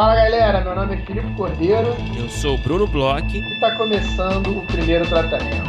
Fala galera, meu nome é Filipe Cordeiro Eu sou o Bruno Bloch. e está começando o primeiro tratamento.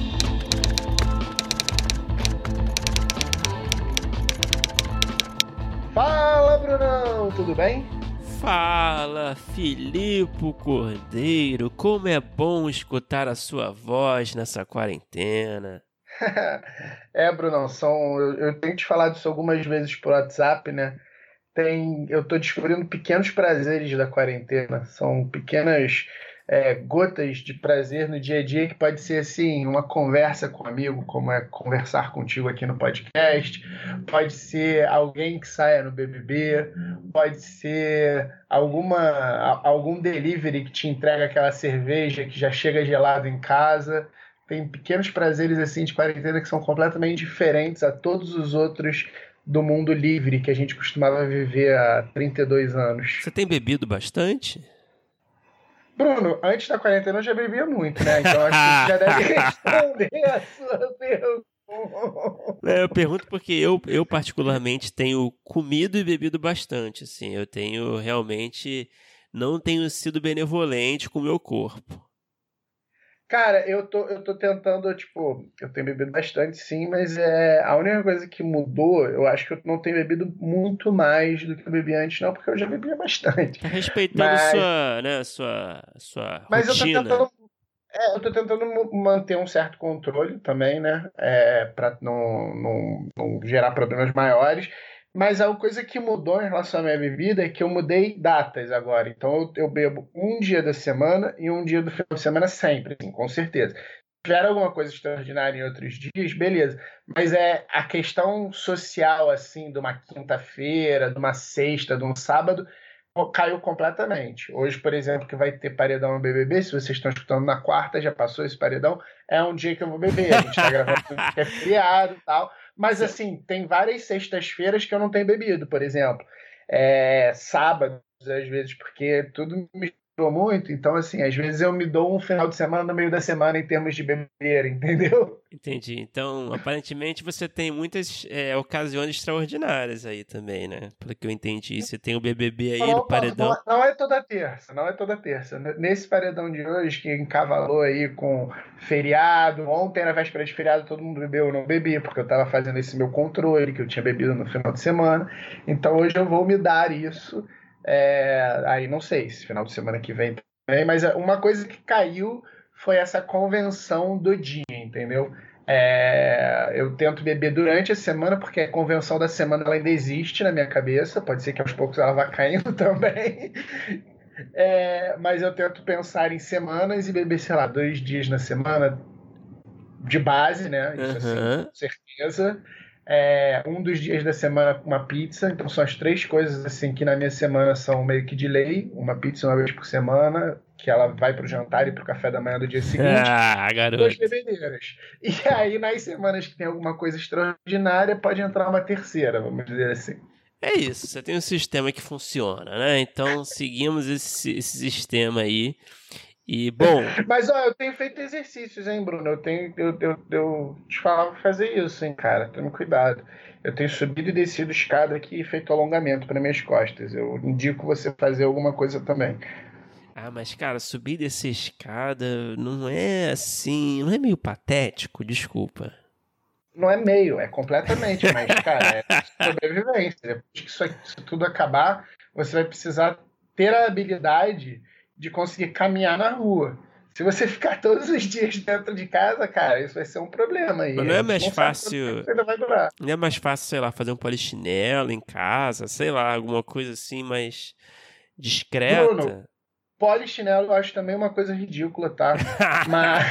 Fala Brunão, tudo bem? Fala, Filipe Cordeiro, como é bom escutar a sua voz nessa quarentena. Brunão, eu tenho te falado isso algumas vezes por WhatsApp, né? Eu tô descobrindo pequenos prazeres da quarentena. São pequenas gotas de prazer no dia a dia que pode ser assim, uma conversa com um amigo, como é conversar contigo aqui no podcast, pode ser alguém que saia no BBB, pode ser algum delivery que te entrega aquela cerveja que já chega gelado em casa. Tem pequenos prazeres assim de quarentena que são completamente diferentes a todos os outros do mundo livre que a gente costumava viver há 32 anos. Você tem bebido bastante? Bruno, antes da quarentena eu já bebia muito, né? Então acho que isso já deve responder a sua pergunta. Eu pergunto porque eu particularmente tenho comido e bebido bastante, assim. Eu tenho realmente não tenho sido benevolente com o meu corpo. Cara, eu tô tentando, tipo, eu tenho bebido bastante, sim, mas a única coisa que mudou, eu acho que eu não tenho bebido muito mais do que eu bebi antes, não, porque eu já bebia bastante. Tá respeitando Mas, sua, né, sua mas rotina. eu tô tentando manter um certo controle também, né? Para não gerar problemas maiores. Mas a coisa que mudou em relação à minha bebida é que eu mudei datas agora. Então eu bebo um dia da semana e um dia do final de semana sempre, assim, com certeza. Se tiver alguma coisa extraordinária em outros dias, beleza. Mas é a questão social, assim, de uma quinta-feira, de uma sexta, de um sábado caiu completamente. Hoje, por exemplo, que vai ter paredão no BBB, se vocês estão escutando na quarta, já passou esse paredão, é um dia que eu vou beber. A gente está gravando um dia que é feriado e tal. Mas, assim, tem várias sextas-feiras que eu não tenho bebido, por exemplo. Sábados, às vezes, porque tudo me misturou muito. Então, assim, às vezes eu me dou um final de semana no meio da semana em termos de beber, entendeu? Entendi. Então, aparentemente você tem muitas ocasiões extraordinárias aí também, né? Pelo que eu entendi, você tem o BBB aí no paredão. Não é toda terça, não é toda terça. Nesse paredão de hoje, que encavalou aí com feriado, ontem na véspera de feriado todo mundo bebeu, eu não bebi, porque eu estava fazendo esse meu controle, que eu tinha bebido no final de semana. Então hoje eu vou me dar isso. Aí não sei, se final de semana que vem também, mas uma coisa que caiu foi essa convenção do dia, entendeu? Eu tento beber durante a semana, porque a convenção da semana ela ainda existe na minha cabeça. Pode ser que aos poucos ela vá caindo também. Mas eu tento pensar em semanas e beber, sei lá, 2 dias na semana de base, né? Isso assim, com Aham. certeza. Um dos dias da semana uma pizza. Então são as três coisas assim que na minha semana são meio que de lei. Uma pizza uma vez por semana, que ela vai para o jantar e para o café da manhã do dia seguinte. Ah, Duas garoto. bebedeiras. E aí, nas semanas que tem alguma coisa extraordinária, pode entrar uma terceira, vamos dizer assim. É isso, você tem um sistema que funciona, né? Então, seguimos esse sistema aí. E, bom, Mas, ó, eu tenho feito exercícios, hein, Bruno? Eu te falava pra fazer isso, hein, cara? Tome cuidado. Eu tenho subido e descido escada aqui e feito alongamento para minhas costas. Eu indico você fazer alguma coisa também. mas cara, subir dessa escada não é assim, não é meio patético, desculpa. Não é meio, é completamente, mas, cara, é sobrevivência. Depois que isso tudo acabar, você vai precisar ter a habilidade de conseguir caminhar na rua. Se você ficar todos os dias dentro de casa, cara, isso vai ser um problema Mas e não a é gente mais não sabe quanto tempo fácil, isso ainda vai durar. não é mais fácil, sei lá, fazer um polichinelo em casa, sei lá, alguma coisa assim mais Bruno, discreta? polichinelo eu acho também uma coisa ridícula, tá? Mas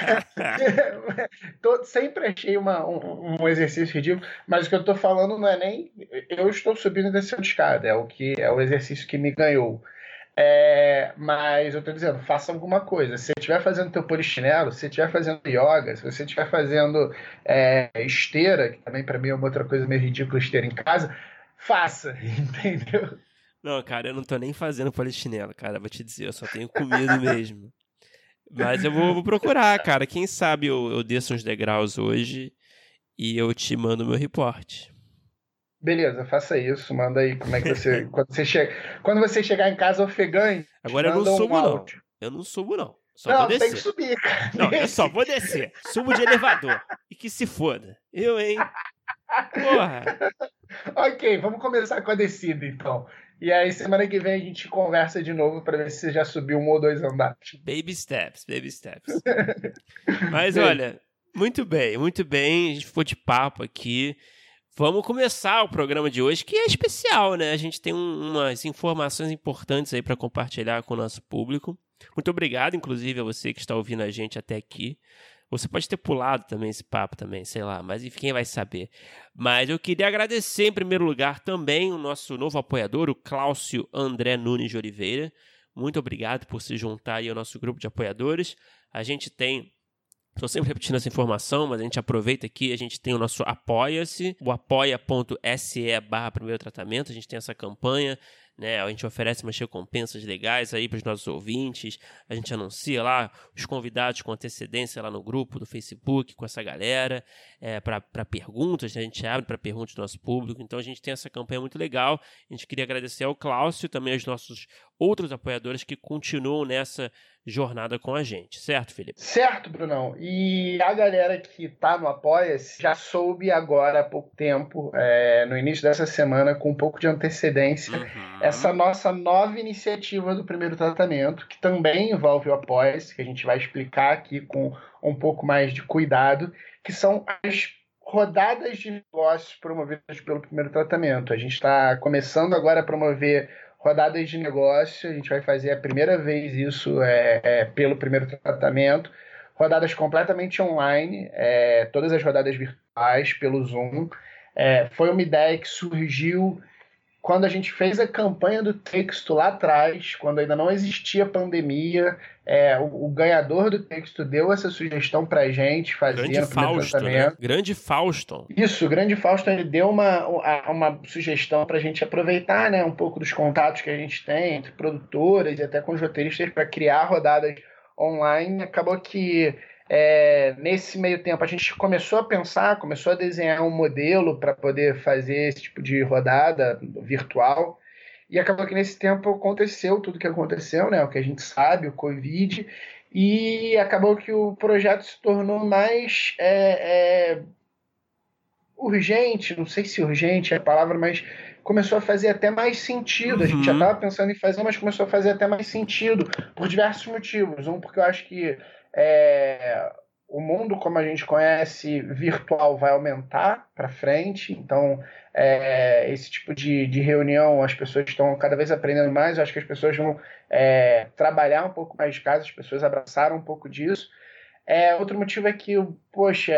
sempre achei um exercício ridículo, mas o que eu tô falando não é nem eu estou subindo e descendo escada, é o exercício que me ganhou. Mas eu tô dizendo, faça alguma coisa. Se você estiver fazendo teu polichinelo, se você estiver fazendo yoga, se você estiver fazendo esteira, que também para mim é uma outra coisa meio ridícula, esteira em casa, faça, entendeu? Não, cara, eu não tô nem fazendo polichinelo, cara, vou te dizer, eu só tenho comido mesmo. Mas eu vou procurar, cara. Quem sabe eu desço uns degraus hoje e eu te mando meu reporte. Beleza, faça isso. Manda aí como é que você. Quando você chegar em casa ofegante, Agora eu não manda um subo, não. áudio. Eu não subo, não. Só vou Não, tem que descer. subir, cara. Não, eu só Desce. vou descer. Subo de elevador. E que se foda. Eu, hein? Porra. Ok, vamos começar com a descida, então. E aí, semana que vem a gente conversa de novo para ver se você já subiu 1 ou 2 andares. Baby steps, baby steps. Mas Beleza. olha, muito bem, muito bem. A gente ficou de papo aqui. Vamos começar o programa de hoje, que é especial, né? A gente tem umas informações importantes aí para compartilhar com o nosso público. Muito obrigado, inclusive, a você que está ouvindo a gente até aqui. Você pode ter pulado também esse papo também, sei lá, mas enfim, quem vai saber. Mas eu queria agradecer em primeiro lugar também o nosso novo apoiador, o Cláudio André Nunes de Oliveira. Muito obrigado por se juntar aí ao nosso grupo de apoiadores. A gente tem... Estou sempre repetindo essa informação, mas a gente aproveita aqui, a gente tem o nosso Apoia-se, o apoia.se/primeiro tratamento, a gente tem essa campanha, né? A gente oferece umas recompensas legais aí para os nossos ouvintes, a gente anuncia lá os convidados com antecedência lá no grupo do Facebook com essa galera, para perguntas, a gente abre para perguntas do nosso público, então a gente tem essa campanha muito legal. A gente queria agradecer ao Cláudio e também aos nossos outros apoiadores que continuam nessa jornada com a gente, certo, Felipe? Certo, Brunão. E a galera que tá no Apoia-se já soube agora há pouco tempo, no início dessa semana, com um pouco de antecedência, essa nossa nova iniciativa do primeiro tratamento, que também envolve o Apoia-se, que a gente vai explicar aqui com um pouco mais de cuidado, que são as rodadas de negócios promovidas pelo primeiro tratamento. A gente está começando agora a promover rodadas de negócio, a gente vai fazer a primeira vez isso pelo primeiro tratamento, rodadas completamente online, todas as rodadas virtuais pelo Zoom. Foi uma ideia que surgiu quando a gente fez a campanha do texto lá atrás, quando ainda não existia pandemia. O ganhador do texto deu essa sugestão pra gente fazer Grande no primeiro Fausto, tratamento. né? Grande Fauston. Isso, o grande Fausto, ele deu uma sugestão para a gente aproveitar, né, um pouco dos contatos que a gente tem entre produtoras e até com os roteiristas para criar rodadas online. Acabou que nesse meio tempo a gente começou a pensar, começou a desenhar um modelo para poder fazer esse tipo de rodada virtual. E acabou que nesse tempo aconteceu tudo o que aconteceu, né, o que a gente sabe, o Covid, e acabou que o projeto se tornou mais urgente, não sei se urgente é a palavra, mas começou a fazer até mais sentido. A gente já estava pensando em fazer, mas começou a fazer até mais sentido por diversos motivos. Um, porque eu acho que o mundo como a gente conhece virtual vai aumentar para frente, então esse tipo de reunião as pessoas estão cada vez aprendendo mais. Eu acho que as pessoas vão trabalhar um pouco mais de casa, as pessoas abraçaram um pouco disso. Outro motivo é que, poxa,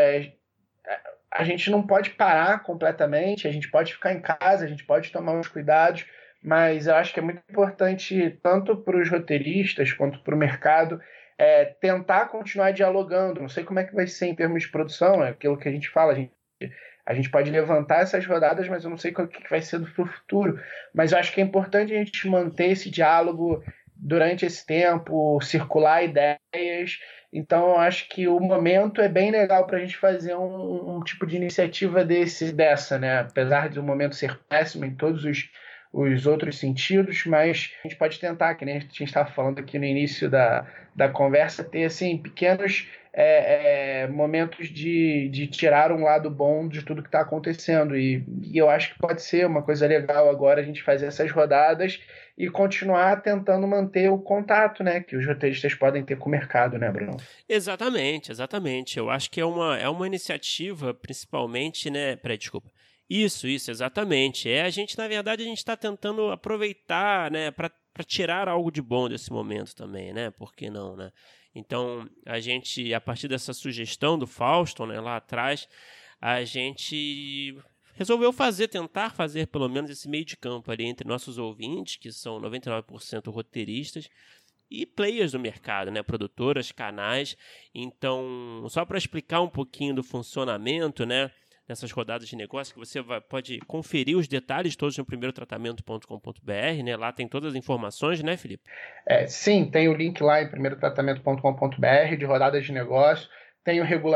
a gente não pode parar completamente, a gente pode ficar em casa, a gente pode tomar uns cuidados, mas eu acho que é muito importante, tanto para os roteiristas quanto para o mercado, tentar continuar dialogando. Não sei como é que vai ser em termos de produção, é aquilo que a gente fala, a gente pode levantar essas rodadas, mas eu não sei o que vai ser do futuro. Mas eu acho que é importante a gente manter esse diálogo durante esse tempo, circular ideias. Então, eu acho que o momento é bem legal para a gente fazer um tipo de iniciativa dessa, né? Apesar de o momento ser péssimo em todos os outros sentidos, mas a gente pode tentar, que nem a gente estava falando aqui no início da conversa, ter assim, pequenos momentos de tirar um lado bom de tudo que está acontecendo. E eu acho que pode ser uma coisa legal agora a gente fazer essas rodadas e continuar tentando manter o contato, né, que os roteiristas podem ter com o mercado, né, Bruno? Exatamente, exatamente. Eu acho que é uma iniciativa, principalmente, né? Desculpa. Isso, exatamente. Na verdade, a gente está tentando aproveitar, né, para tirar algo de bom desse momento também, né? Por que não, né? Então, a gente, a partir dessa sugestão do Fausto, né, lá atrás, a gente resolveu tentar fazer pelo menos esse meio de campo ali entre nossos ouvintes, que são 99% roteiristas, e players do mercado, né, produtoras, canais. Então, só para explicar um pouquinho do funcionamento, né, dessas rodadas de negócio, que você pode conferir os detalhes todos no primeirotratamento.com.br, né? Lá tem todas as informações, né, Felipe? Sim, tem o link lá em primeirotratamento.com.br de rodadas de negócio, tem o regulamento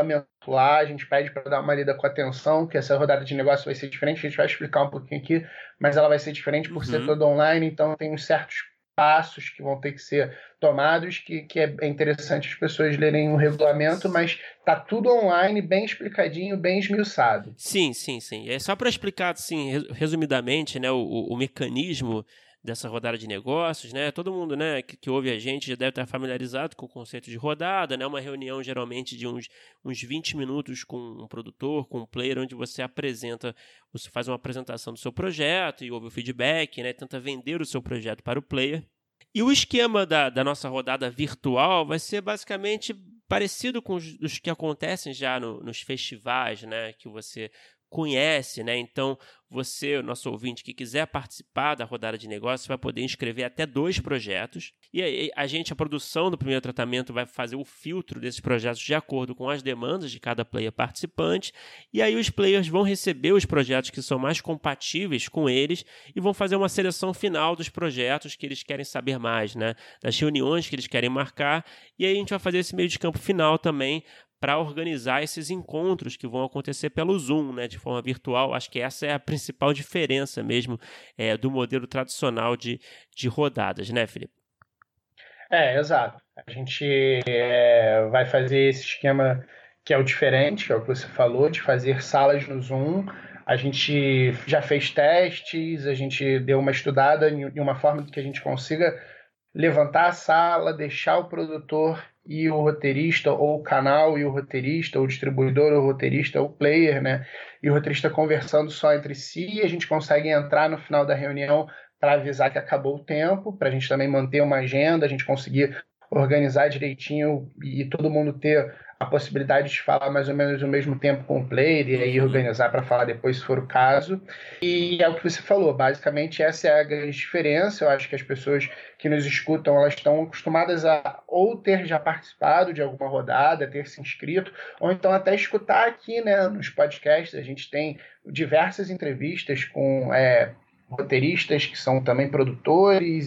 lá, a gente pede para dar uma lida com atenção, que essa rodada de negócio vai ser diferente, a gente vai explicar um pouquinho aqui, mas ela vai ser diferente por ser toda online, então tem uns certos passos que vão ter que ser tomados, que é interessante as pessoas lerem o regulamento, mas tá tudo online, bem explicadinho, bem esmiuçado. Sim. É só para explicar, assim, resumidamente, né, o mecanismo dessa rodada de negócios, né? Todo mundo, né, que ouve a gente já deve estar familiarizado com o conceito de rodada, né? Uma reunião geralmente de uns 20 minutos com um produtor, com um player, onde você faz uma apresentação do seu projeto e ouve o feedback, né? Tenta vender o seu projeto para o player. E o esquema da nossa rodada virtual vai ser basicamente parecido com os que acontecem já nos festivais, né? Que você conhece, né? Então, você, o nosso ouvinte que quiser participar da rodada de negócios, vai poder inscrever até 2 projetos. E aí, a produção do primeiro tratamento vai fazer o filtro desses projetos de acordo com as demandas de cada player participante. E aí os players vão receber os projetos que são mais compatíveis com eles e vão fazer uma seleção final dos projetos que eles querem saber mais, né? Das reuniões que eles querem marcar. E aí a gente vai fazer esse meio de campo final também, para organizar esses encontros que vão acontecer pelo Zoom, né, de forma virtual. Acho que essa é a principal diferença mesmo do modelo tradicional de rodadas, né, Felipe? Exato. A gente vai fazer esse esquema que é o diferente, que é o que você falou, de fazer salas no Zoom. A gente já fez testes, a gente deu uma estudada em uma forma que a gente consiga levantar a sala, deixar o produtor e o roteirista, ou o canal e o roteirista, ou o distribuidor, ou o roteirista, ou o player, né? E o roteirista conversando só entre si, a gente consegue entrar no final da reunião para avisar que acabou o tempo, para a gente também manter uma agenda, a gente conseguir organizar direitinho e todo mundo ter a possibilidade de falar mais ou menos ao mesmo tempo com o player e aí organizar para falar depois, se for o caso. E é o que você falou, basicamente essa é a grande diferença. Eu acho que as pessoas que nos escutam, elas estão acostumadas a ou ter já participado de alguma rodada, ter se inscrito, ou então até escutar aqui, né, nos podcasts. A gente tem diversas entrevistas com roteiristas que são também produtores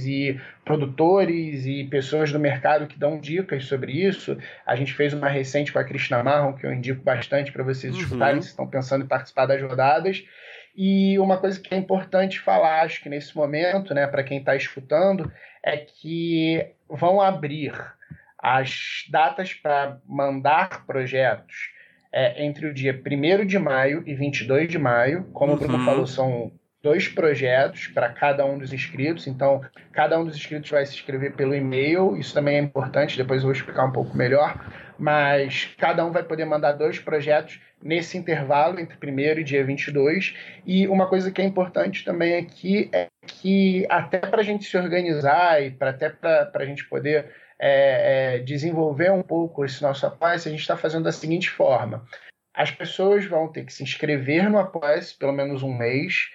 e pessoas do mercado que dão dicas sobre isso. A gente fez uma recente com a Krishna Marron, que eu indico bastante para vocês escutarem, se estão pensando em participar das rodadas. E uma coisa que é importante falar, acho que nesse momento, né, para quem está escutando, é que vão abrir as datas para mandar projetos entre o dia 1º de maio e 22 de maio. Como o Bruno falou, são 2 projetos para cada um dos inscritos, então cada um dos inscritos vai se inscrever pelo e-mail, isso também é importante, depois eu vou explicar um pouco melhor, mas cada um vai poder mandar 2 projetos nesse intervalo entre 1º e dia 22, e uma coisa que é importante também aqui é que até para a gente se organizar e até para a gente poder desenvolver um pouco esse nosso Apoia-se, a gente está fazendo da seguinte forma: as pessoas vão ter que se inscrever no Apoia-se pelo menos um mês,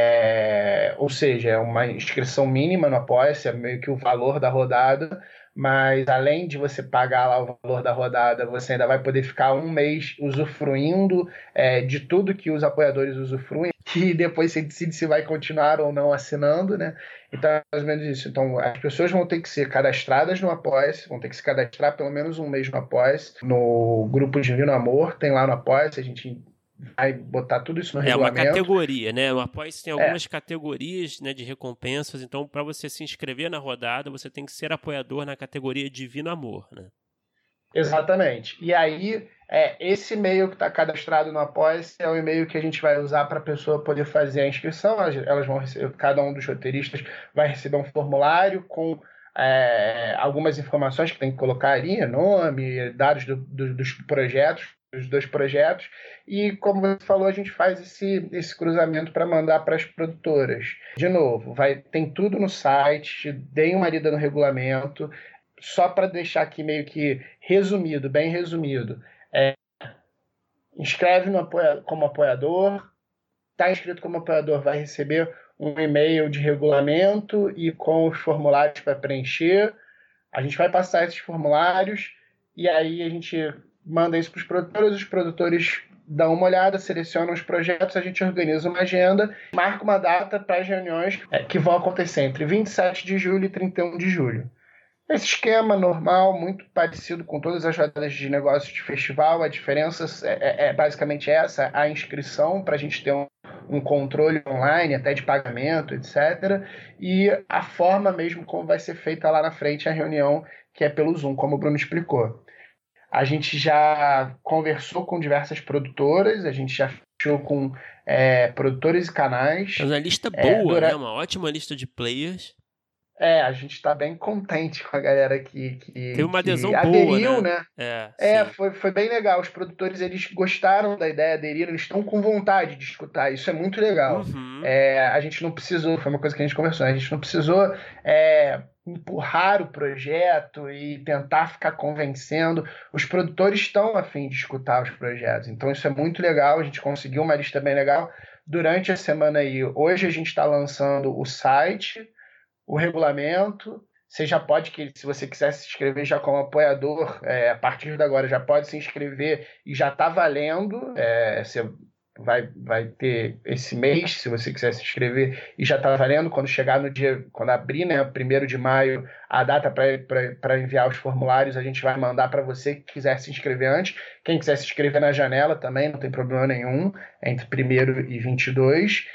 ou seja, é uma inscrição mínima no Apoia-se, é meio que o valor da rodada, mas além de você pagar lá o valor da rodada, você ainda vai poder ficar um mês usufruindo de tudo que os apoiadores usufruem, e depois você decide se vai continuar ou não assinando, né? Então é mais ou menos isso. Então as pessoas vão ter que ser cadastradas no Apoia-se, vão ter que se cadastrar pelo menos um mês no Apoia-se, no grupo Divino Amor, tem lá no Apoia-se, a gente vai botar tudo isso no regulamento. É uma categoria, né? O Apoia-se tem algumas categorias, né, de recompensas, então para você se inscrever na rodada, você tem que ser apoiador na categoria Divino Amor, né? Exatamente. E aí, esse e-mail que está cadastrado no Apoia-se é o e-mail que a gente vai usar para a pessoa poder fazer a inscrição. Elas vão receber, cada um dos roteiristas vai receber um formulário com algumas informações que tem que colocar ali, nome, dados dos projetos, dos 2 projetos, e como você falou, a gente faz esse cruzamento para mandar para as produtoras. De novo, tem tudo no site, deem uma lida no regulamento. Só para deixar aqui meio que resumido, bem resumido, inscreve como apoiador, está inscrito como apoiador, vai receber um e-mail de regulamento e com os formulários para preencher. A gente vai passar esses formulários e aí a gente manda isso para os produtores dão uma olhada, selecionam os projetos, a gente organiza uma agenda, marca uma data para as reuniões que vão acontecer entre 27 de julho e 31 de julho. Esse esquema normal, muito parecido com todas as rodadas de negócios de festival, a diferença é basicamente essa, a inscrição para a gente ter um controle online, até de pagamento, etc. E a forma mesmo como vai ser feita lá na frente a reunião, que é pelo Zoom, como o Bruno explicou. A gente já conversou com diversas produtoras, a gente já fechou com produtores e canais. É uma lista boa, né? Durante, Uma ótima lista de players. a gente está bem contente com a galera Teve uma que adesão boa, aderiu, né? né? Sim. Foi bem legal. Os produtores, eles gostaram da ideia, aderiram, eles estão com vontade de escutar. Isso é muito legal. Uhum. A gente não precisou, foi uma coisa que a gente conversou, a gente não precisou empurrar o projeto e tentar ficar convencendo. Os produtores estão a fim de escutar os projetos. Então isso é muito legal, a gente conseguiu uma lista bem legal. Durante a semana aí, hoje a gente está lançando o site, o regulamento. Você já pode, se você quiser se inscrever já como apoiador, a partir de agora já pode se inscrever e já está valendo. Você vai ter esse mês, se você quiser se inscrever, e já está valendo. Quando chegar no dia, quando abrir, né, 1º de maio, a data para enviar os formulários, a gente vai mandar para você que quiser se inscrever antes. Quem quiser se inscrever na janela também, não tem problema nenhum, entre 1º e 22.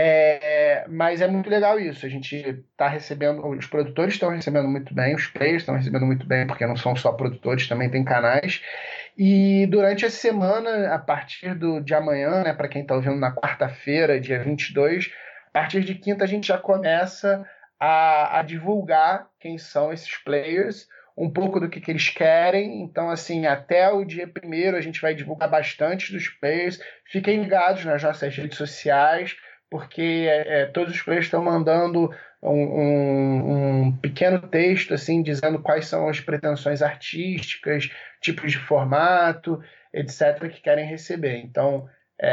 Mas é muito legal isso. A gente está recebendo, os produtores estão recebendo muito bem, os players estão recebendo muito bem, porque não são só produtores, também tem canais. E durante a semana, a partir de amanhã, né, para quem está ouvindo na quarta-feira, dia 22, a partir de quinta a gente já começa a divulgar quem são esses players, um pouco do que eles querem. Então, assim, até o dia 1º a gente vai divulgar bastante dos players. Fiquem ligados nas nossas redes sociais, porque todos os players estão mandando um pequeno texto assim, dizendo quais são as pretensões artísticas, tipos de formato, etc., que querem receber. Então,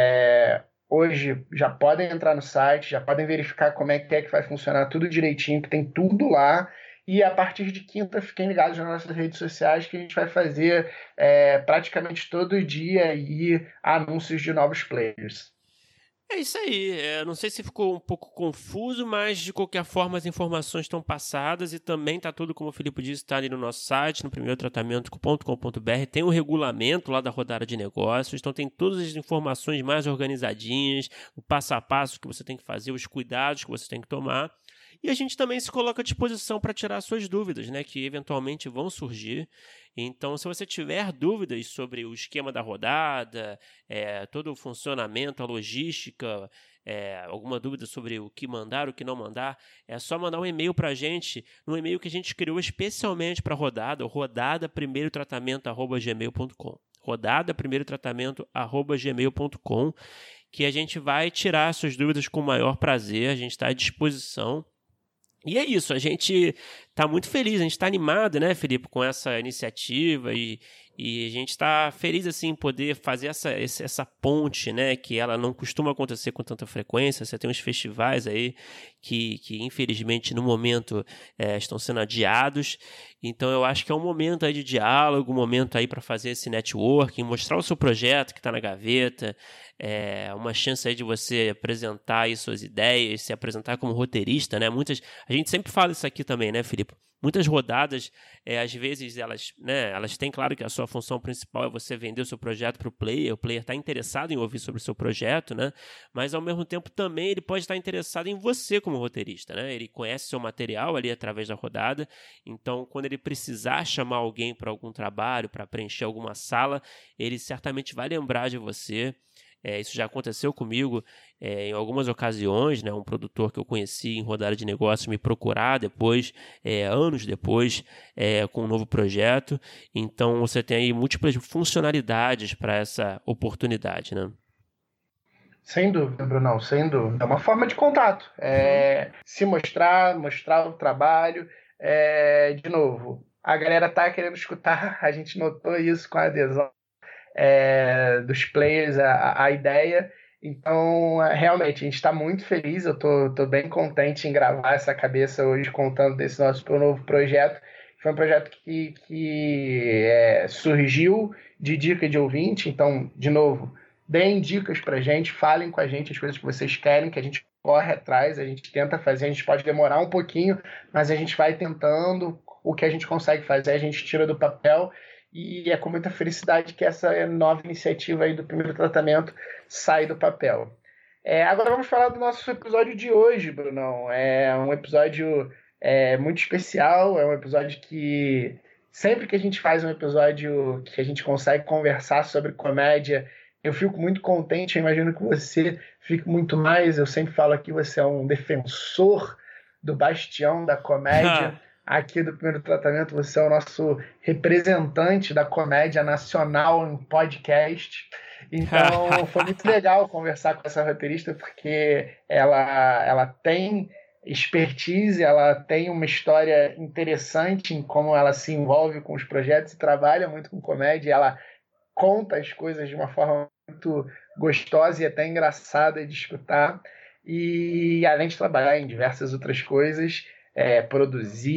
hoje já podem entrar no site, já podem verificar como é que vai funcionar tudo direitinho, que tem tudo lá. E a partir de quinta, fiquem ligados nas nossas redes sociais, que a gente vai fazer praticamente todo dia aí anúncios de novos players. É isso aí. Não sei se ficou um pouco confuso, mas de qualquer forma as informações estão passadas e também está tudo, como o Filipe disse, está ali no nosso site, no primeirotratamento.com.br. Tem o regulamento lá da rodada de negócios, então tem todas as informações mais organizadinhas, o passo a passo que você tem que fazer, os cuidados que você tem que tomar. E a gente também se coloca à disposição para tirar suas dúvidas, né, que eventualmente vão surgir. Então, se você tiver dúvidas sobre o esquema da rodada, todo o funcionamento, a logística, alguma dúvida sobre o que mandar, o que não mandar, é só mandar um e-mail para a gente, no e-mail que a gente criou especialmente para a rodada, rodadaprimeiro-tratamento@gmail.com. rodadaprimeiro-tratamento@gmail.com, que a gente vai tirar suas dúvidas com o maior prazer, a gente está à disposição. E é isso, a gente está muito feliz, a gente está animado, né, Felipe, com essa iniciativa e a gente está feliz assim, em poder fazer essa ponte, né, que ela não costuma acontecer com tanta frequência. Você tem uns festivais aí que infelizmente no momento estão sendo adiados, então eu acho que é um momento aí de diálogo, um momento aí para fazer esse networking, mostrar o seu projeto que está na gaveta, uma chance aí de você apresentar aí suas ideias, se apresentar como roteirista, né? A gente sempre fala isso aqui também, né, Filipe? Muitas rodadas, às vezes, elas têm, claro que a sua função principal é você vender o seu projeto para o player está interessado em ouvir sobre o seu projeto, né? Mas, ao mesmo tempo, também ele pode estar interessado em você como roteirista, né? Ele conhece seu material ali através da rodada, então, quando ele precisar chamar alguém para algum trabalho, para preencher alguma sala, ele certamente vai lembrar de você. Isso já aconteceu comigo em algumas ocasiões, né? Um produtor que eu conheci em rodada de negócios me procurar depois, anos depois, com um novo projeto. Então você tem aí múltiplas funcionalidades para essa oportunidade, né? Sem dúvida, Brunão, sem dúvida. É uma forma de contato. Se mostrar o trabalho. De novo, a galera tá querendo escutar, a gente notou isso com a adesão dos players, a ideia. Então, realmente, a gente está muito feliz. Eu tô bem contente em gravar essa cabeça hoje, contando desse nosso novo projeto. Foi um projeto que surgiu de dica de ouvinte. Então, de novo, deem dicas pra gente, falem com a gente as coisas que vocês querem que a gente corre atrás, a gente tenta fazer, a gente pode demorar um pouquinho, mas a gente vai tentando, o que a gente consegue fazer, a gente tira do papel, e é com muita felicidade que essa nova iniciativa aí do primeiro tratamento sai do papel. Agora vamos falar do nosso episódio de hoje, Brunão. É um episódio muito especial, é um episódio que sempre que a gente faz um episódio que a gente consegue conversar sobre comédia, eu fico muito contente, eu imagino que você fique muito mais. Eu sempre falo aqui, você é um defensor do bastião da comédia. Aqui do Primeiro Tratamento, você é o nosso representante da comédia nacional em podcast. Então, foi muito legal conversar com essa roteirista, porque ela tem expertise, ela tem uma história interessante em como ela se envolve com os projetos e trabalha muito com comédia. Ela conta as coisas de uma forma muito gostosa e até engraçada de escutar. E além de trabalhar em diversas outras coisas, produzir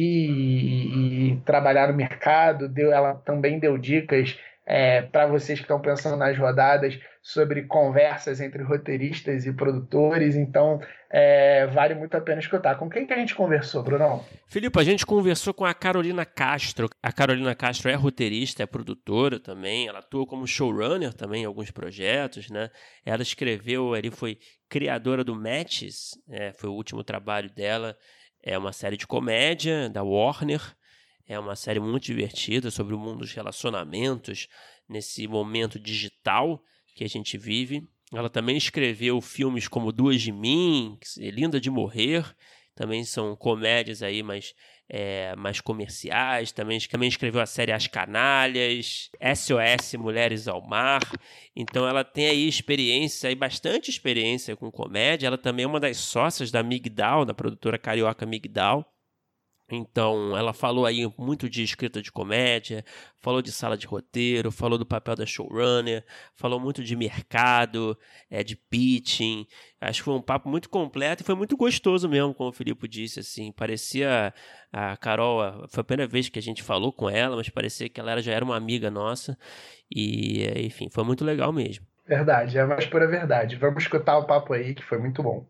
e trabalhar no mercado, ela também deu dicas para vocês que estão pensando nas rodadas sobre conversas entre roteiristas e produtores. Então vale muito a pena escutar. Com quem que a gente conversou, Brunão? Filipe, a gente conversou com a Carolina Castro. A Carolina Castro é roteirista, é produtora também, ela atua como showrunner também em alguns projetos, né? Ela escreveu, foi criadora do Matches, foi o último trabalho dela. É uma série de comédia da Warner, é uma série muito divertida sobre o mundo dos relacionamentos nesse momento digital que a gente vive. Ela também escreveu filmes como Duas de Mim, Linda de Morrer, também são comédias aí mais comerciais. Também escreveu a série As Canalhas, SOS Mulheres ao Mar. Então ela tem aí bastante experiência com comédia. Ela também é uma das sócias da Migdal, da produtora carioca Migdal. Então, ela falou aí muito de escrita de comédia, falou de sala de roteiro, falou do papel da showrunner, falou muito de mercado, de pitching. Acho que foi um papo muito completo e foi muito gostoso mesmo, como o Filipe disse, assim. Parecia a Carol, foi a primeira vez que a gente falou com ela, mas parecia que ela já era uma amiga nossa. E, enfim, foi muito legal mesmo. Verdade, é a mais pura verdade. Vamos escutar o papo aí, que foi muito bom.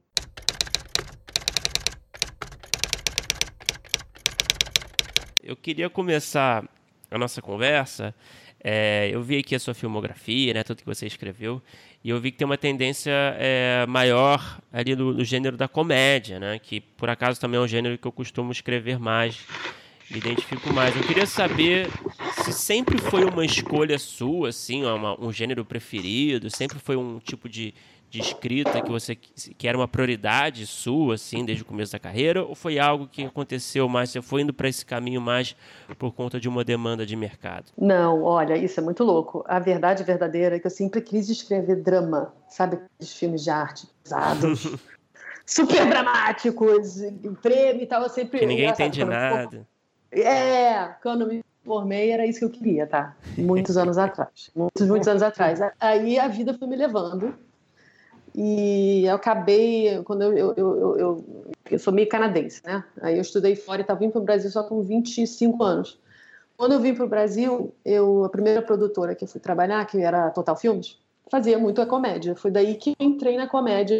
Eu queria começar a nossa conversa. Eu vi aqui a sua filmografia, né, tudo que você escreveu, e eu vi que tem uma tendência maior ali no gênero da comédia, né, que por acaso também é um gênero que eu costumo escrever mais, me identifico mais. Eu queria saber se sempre foi uma escolha sua, assim, um gênero preferido, sempre foi um tipo de escrita que era uma prioridade sua, assim, desde o começo da carreira, ou foi algo que aconteceu mais, você foi indo para esse caminho mais por conta de uma demanda de mercado? Não, olha, isso é muito louco. A verdade verdadeira é que eu sempre quis escrever drama, sabe, aqueles filmes de arte pesados, super dramáticos, prêmio e tal, eu sempre... Que ninguém entende nada. Quando me formei era isso que eu queria, tá? Muitos anos atrás. Muitos anos atrás. Aí a vida foi me levando. E eu acabei, quando eu sou meio canadense, né? Aí eu estudei fora e estava vindo para o Brasil só com 25 anos. Quando eu vim para o Brasil, a primeira produtora que eu fui trabalhar, que era a Total Filmes, fazia muito a comédia. Foi daí que eu entrei na comédia.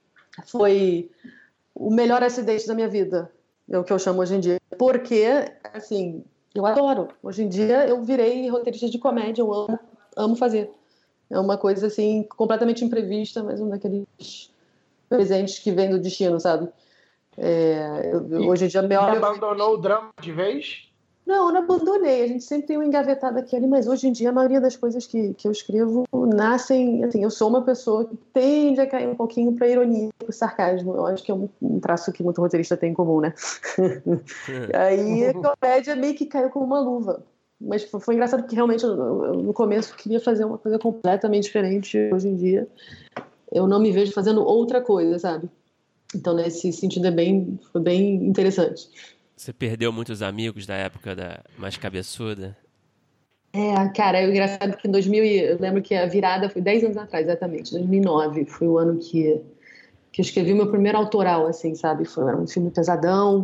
Foi o melhor acidente da minha vida, é o que eu chamo hoje em dia. Porque, assim, eu adoro. Hoje em dia eu virei roteirista de comédia, eu amo fazer. É uma coisa, assim, completamente imprevista, mas um daqueles presentes que vem do destino, sabe? Hoje em dia... Você abandonou o drama de vez? Não abandonei. A gente sempre tem um engavetado aqui ali, mas hoje em dia a maioria das coisas que eu escrevo nascem... Assim, eu sou uma pessoa que tende a cair um pouquinho para ironia, para o sarcasmo. Eu acho que é um traço que muito roteirista tem em comum, né? Aí a comédia meio que caiu como uma luva. Mas foi engraçado porque realmente eu, no começo, queria fazer uma coisa completamente diferente. Hoje em dia eu não me vejo fazendo outra coisa, sabe? Então nesse sentido foi bem interessante. Você perdeu muitos amigos da época da mais cabeçuda? Cara, é engraçado que em 2000, eu lembro que a virada foi 10 anos atrás, exatamente, 2009, foi o ano que eu escrevi o meu primeiro autoral, assim, sabe? Era um filme pesadão,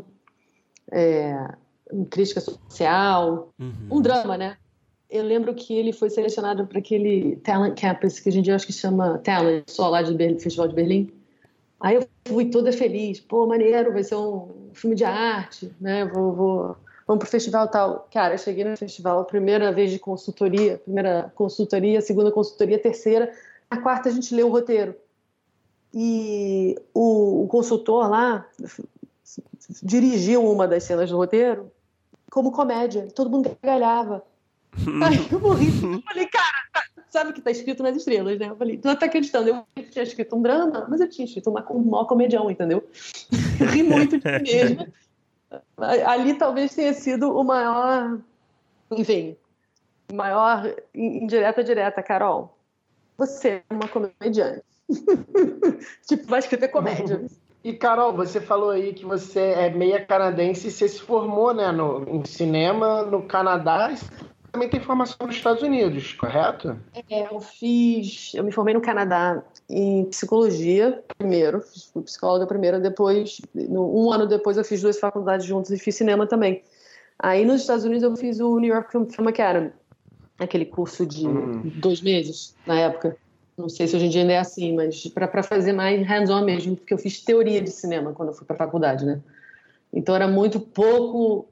crítica social, um drama, né? Eu lembro que ele foi selecionado para aquele Talent Campus, que hoje em dia eu acho que se chama Talent, só lá de Festival de Berlim. Aí eu fui toda feliz, pô, maneiro, vai ser um filme de arte, né? Vamos pro festival e tal. Cara, eu cheguei no festival, primeira vez de consultoria, primeira consultoria, segunda consultoria, terceira, a quarta a gente leu o roteiro. E o consultor lá dirigiu uma das cenas do roteiro como comédia, todo mundo gargalhava. Aí eu morri, eu falei, cara, sabe o que tá escrito nas estrelas, né? Eu falei, tu não tá acreditando, eu tinha escrito um drama, mas eu tinha escrito um maior comedião, entendeu? Eu ri muito de mim mesma. Ali talvez tenha sido o maior, enfim, maior indireta direta, Carol. Você é uma comediante. Tipo, vai escrever comédia. E, Carol, você falou aí que você é meia canadense e você se formou, né, em cinema no Canadá e também tem formação nos Estados Unidos, correto? Eu me formei no Canadá em psicologia primeiro, fui psicóloga primeiro, depois, um ano depois eu fiz 2 faculdades juntas e fiz cinema também. Aí nos Estados Unidos eu fiz o New York Film Academy, aquele curso de 2 meses na época. Não sei se hoje em dia ainda é assim, mas para fazer mais hands-on mesmo, porque eu fiz teoria de cinema quando eu fui para a faculdade, né? Então era muito pouco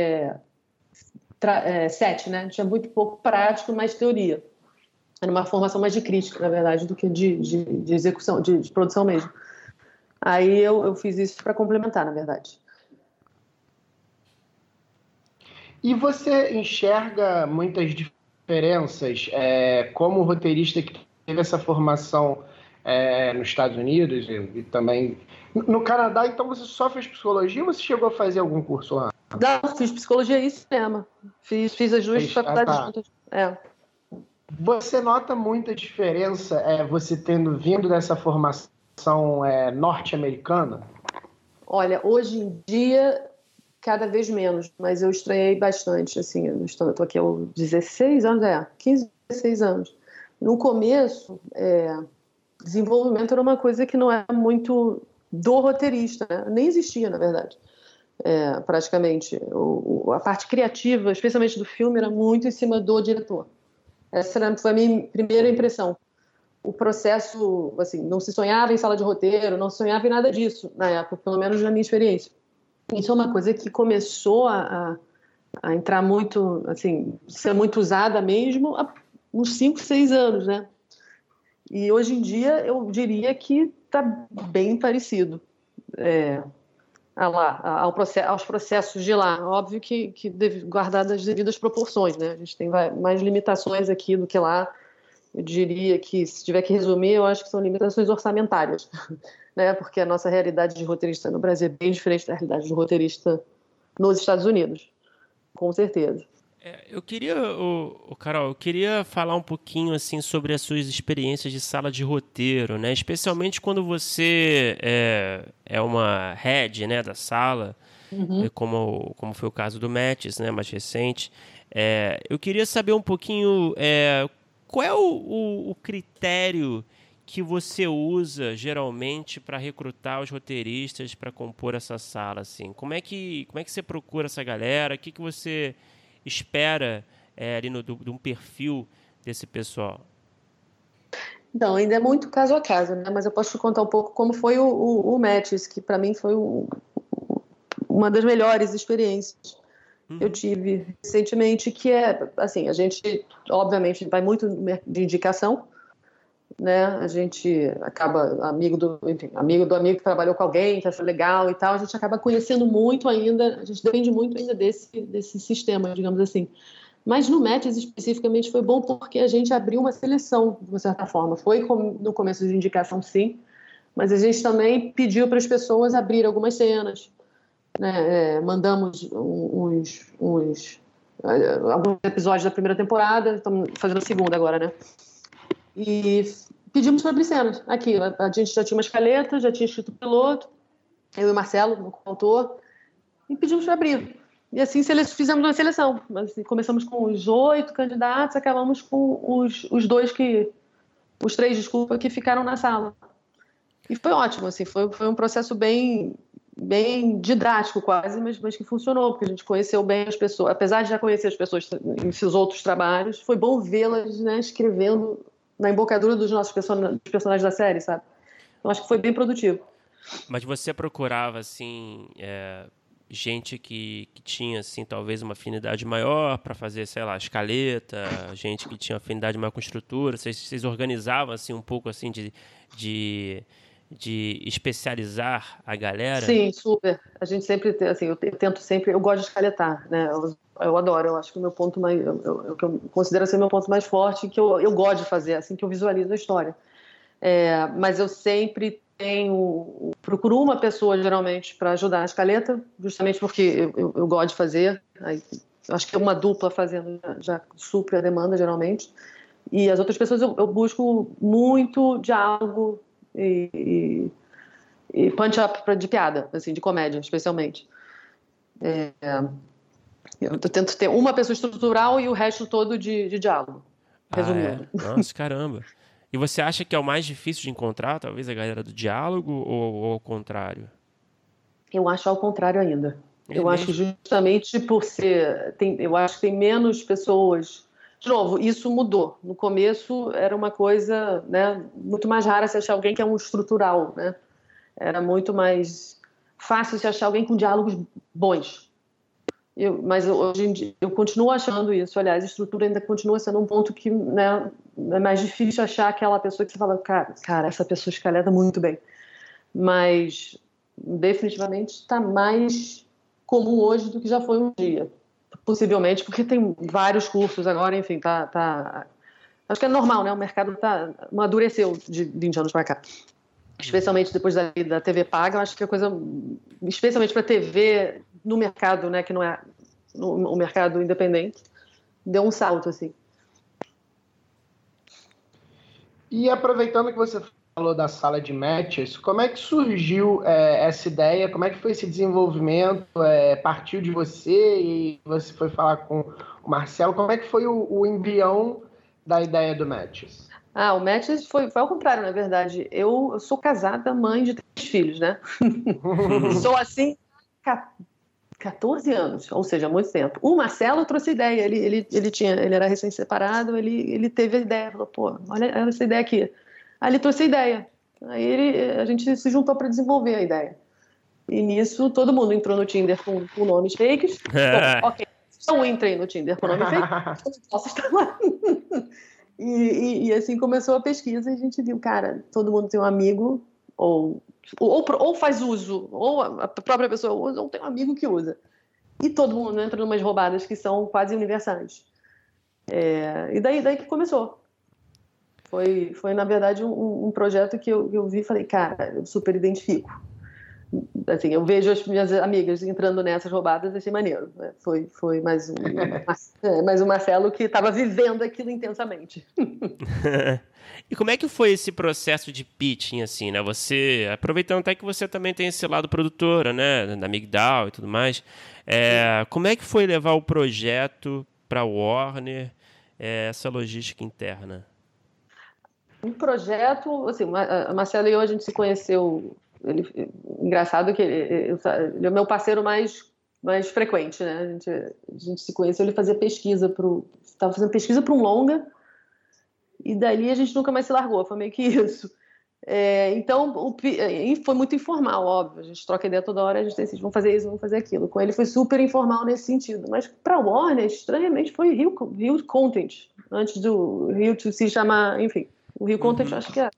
set, né? Tinha muito pouco prático, mais teoria. Era uma formação mais de crítica, na verdade, do que de execução, de produção mesmo. Aí eu fiz isso para complementar, na verdade. E você enxerga muitas diferenças como roteirista que teve essa formação nos Estados Unidos e também no Canadá? Então você só fez psicologia ou você chegou a fazer algum curso lá? Não, fiz psicologia e cinema. Fiz as 2 faculdades juntas. Você nota muita diferença você tendo vindo dessa formação norte-americana? Olha, hoje em dia, cada vez menos, mas eu estranhei bastante. Assim, eu estou aqui há 16 anos, 15, 16 anos. No começo, desenvolvimento era uma coisa que não era muito do roteirista, né? Nem existia, na verdade. Praticamente. A parte criativa, especialmente do filme, era muito em cima do diretor. Essa foi a minha primeira impressão. O processo, assim, não se sonhava em sala de roteiro, não se sonhava em nada disso, na época, pelo menos na minha experiência. Isso é uma coisa que começou a entrar muito, assim, ser muito usada mesmo há uns 5, 6 anos, né? E hoje em dia eu diria que está bem parecido. Aos processos de lá. Óbvio que guardado as devidas proporções, né? A gente tem mais limitações aqui do que lá. Eu diria que, se tiver que resumir, eu acho que são limitações orçamentárias, né? Porque a nossa realidade de roteirista no Brasil é bem diferente da realidade do roteirista nos Estados Unidos, com certeza. Carol, eu queria falar um pouquinho assim sobre as suas experiências de sala de roteiro, né? Especialmente quando você é uma head, né, da sala, como foi o caso do Matches, né, mais recente. Eu queria saber um pouquinho qual é o critério que você usa geralmente para recrutar os roteiristas para compor essa sala, assim? Como é que você procura essa galera? O que você espera ali de um perfil desse pessoal? Então, ainda é muito caso a caso, né? Mas eu posso te contar um pouco como foi o Matches, que para mim foi uma das melhores experiências que eu tive recentemente, que assim, a gente obviamente vai muito de indicação, né? A gente acaba amigo do amigo que trabalhou com alguém, que achou legal e tal, a gente acaba conhecendo muito ainda, a gente depende muito ainda desse sistema, digamos assim. Mas no Matches especificamente foi bom porque a gente abriu uma seleção, de uma certa forma. Foi no começo de indicação, sim, mas a gente também pediu para as pessoas abrir algumas cenas, né? Mandamos alguns episódios da primeira temporada, estamos fazendo a segunda agora, né? E pedimos para abrir cenas. Aqui, a gente já tinha uma escaleta, já tinha escrito o piloto, eu e o Marcelo, o autor, e pedimos para abrir. E assim fizemos uma seleção. Assim, começamos com os 8 candidatos, acabamos com os 3, desculpa, que ficaram na sala. E foi ótimo, assim, foi um processo bem didático quase, mas que funcionou, porque a gente conheceu bem as pessoas. Apesar de já conhecer as pessoas em seus outros trabalhos, foi bom vê-las, né, escrevendo na embocadura dos nossos personagens da série, sabe? Então acho que foi bem produtivo. Mas você procurava, assim, gente que tinha, assim, talvez uma afinidade maior para fazer, sei lá, escaleta, gente que tinha afinidade maior com estrutura, vocês organizavam, assim, um pouco, assim, de especializar a galera? Sim, super. A gente sempre, assim, eu tento sempre, eu gosto de escaletar, né? Eu adoro, eu acho que o meu ponto mais, o que eu considero ser meu ponto mais forte, que eu gosto de fazer, assim que eu visualizo a história. Mas eu sempre procuro uma pessoa, geralmente, para ajudar a escaleta, justamente porque eu gosto de fazer. Aí, acho que é uma dupla fazendo já supre a demanda, geralmente. E as outras pessoas eu busco muito diálogo e punch-up de piada, assim, de comédia, especialmente. Eu tento ter uma pessoa estrutural e o resto todo de diálogo, resumindo. Nossa, caramba. E você acha que é o mais difícil de encontrar, talvez, a galera do diálogo ou ao contrário? Eu acho ao contrário ainda. Eu acho que mesmo? justamente por eu acho que tem menos pessoas. De novo, isso mudou. No começo era uma coisa, né, muito mais rara se achar alguém que é um estrutural, né? Era muito mais fácil se achar alguém com diálogos bons. Mas hoje em dia eu continuo achando isso. Aliás, a estrutura ainda continua sendo um ponto que, né, é mais difícil achar aquela pessoa que você fala, cara, essa pessoa escaleta muito bem. Mas definitivamente está mais comum hoje do que já foi um dia. Possivelmente porque tem vários cursos agora, enfim, acho que é normal, né? O mercado amadureceu de 20 anos para cá. Especialmente depois da TV paga, eu acho que a coisa, especialmente para TV no mercado, né, que não é o mercado independente, deu um salto, assim. E aproveitando que você falou da sala de matches, como é que surgiu essa ideia? Como é que foi esse desenvolvimento? Partiu de você e você foi falar com o Marcelo? Como é que foi o embrião da ideia do matches? O matches foi ao contrário, na verdade. Eu sou casada, mãe de 3 filhos, né? Sou assim 14 anos, ou seja, há muito tempo. O Marcelo trouxe a ideia, ele era recém-separado, ele teve a ideia, falou, pô, olha essa ideia aqui. Aí ele trouxe a ideia, a gente se juntou para desenvolver a ideia. E nisso todo mundo entrou no Tinder com nomes fakes. Bom, ok, eu entrei no Tinder com nome fake, eu posso estar lá. E assim começou a pesquisa e a gente viu, cara, todo mundo tem um amigo ou faz uso, ou a própria pessoa usa, ou tem um amigo que usa. E todo mundo entra em umas roubadas que são quase universais. E daí que começou. Foi na verdade, um projeto que eu vi e falei, cara, eu super identifico. Assim, eu vejo as minhas amigas entrando nessas roubadas, achei maneiro. Foi mais um Marcelo que estava vivendo aquilo intensamente. E como é que foi esse processo de pitching, assim, né? Você, aproveitando até que você também tem esse lado produtora, né? Da Migdal e tudo mais. Como é que foi levar o projeto para a Warner, essa logística interna? Um projeto, assim, a Marcelo e eu, a gente se conheceu. Engraçado que ele é o meu parceiro mais frequente, né? A gente se conheceu, ele fazia pesquisa estava fazendo pesquisa para um longa, e dali a gente nunca mais se largou, foi meio que isso. Então, foi muito informal, óbvio, a gente troca ideia toda hora, a gente decide, vamos fazer isso, vamos fazer aquilo. Com ele foi super informal nesse sentido, mas para Warner, estranhamente, foi Rio Content, antes do Rio to se chamar, enfim, o Rio Content acho que é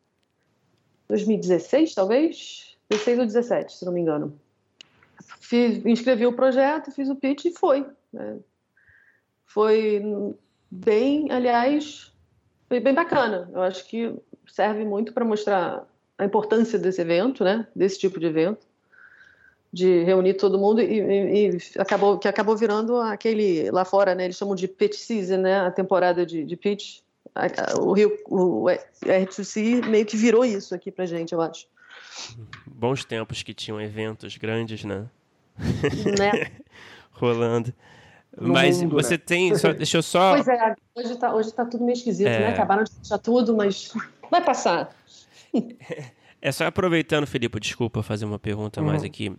2016, talvez? 16 ou 17, se não me engano. Inscrevi o projeto, fiz o pitch e foi. Né? Foi bem, aliás, foi bem bacana. Eu acho que serve muito para mostrar a importância desse evento, né? Desse tipo de evento, de reunir todo mundo e acabou virando aquele lá fora, né? Eles chamam de pitch season, né? A temporada de pitch. O R2C meio que virou isso aqui pra gente, eu acho. Bons tempos que tinham eventos grandes, né? Né? Rolando. No Mas mundo, você né? tem... deixa eu só... Pois é, hoje tá tudo meio esquisito, né? Acabaram de fechar tudo, mas vai passar. Só aproveitando, Felipe, desculpa fazer uma pergunta mais aqui.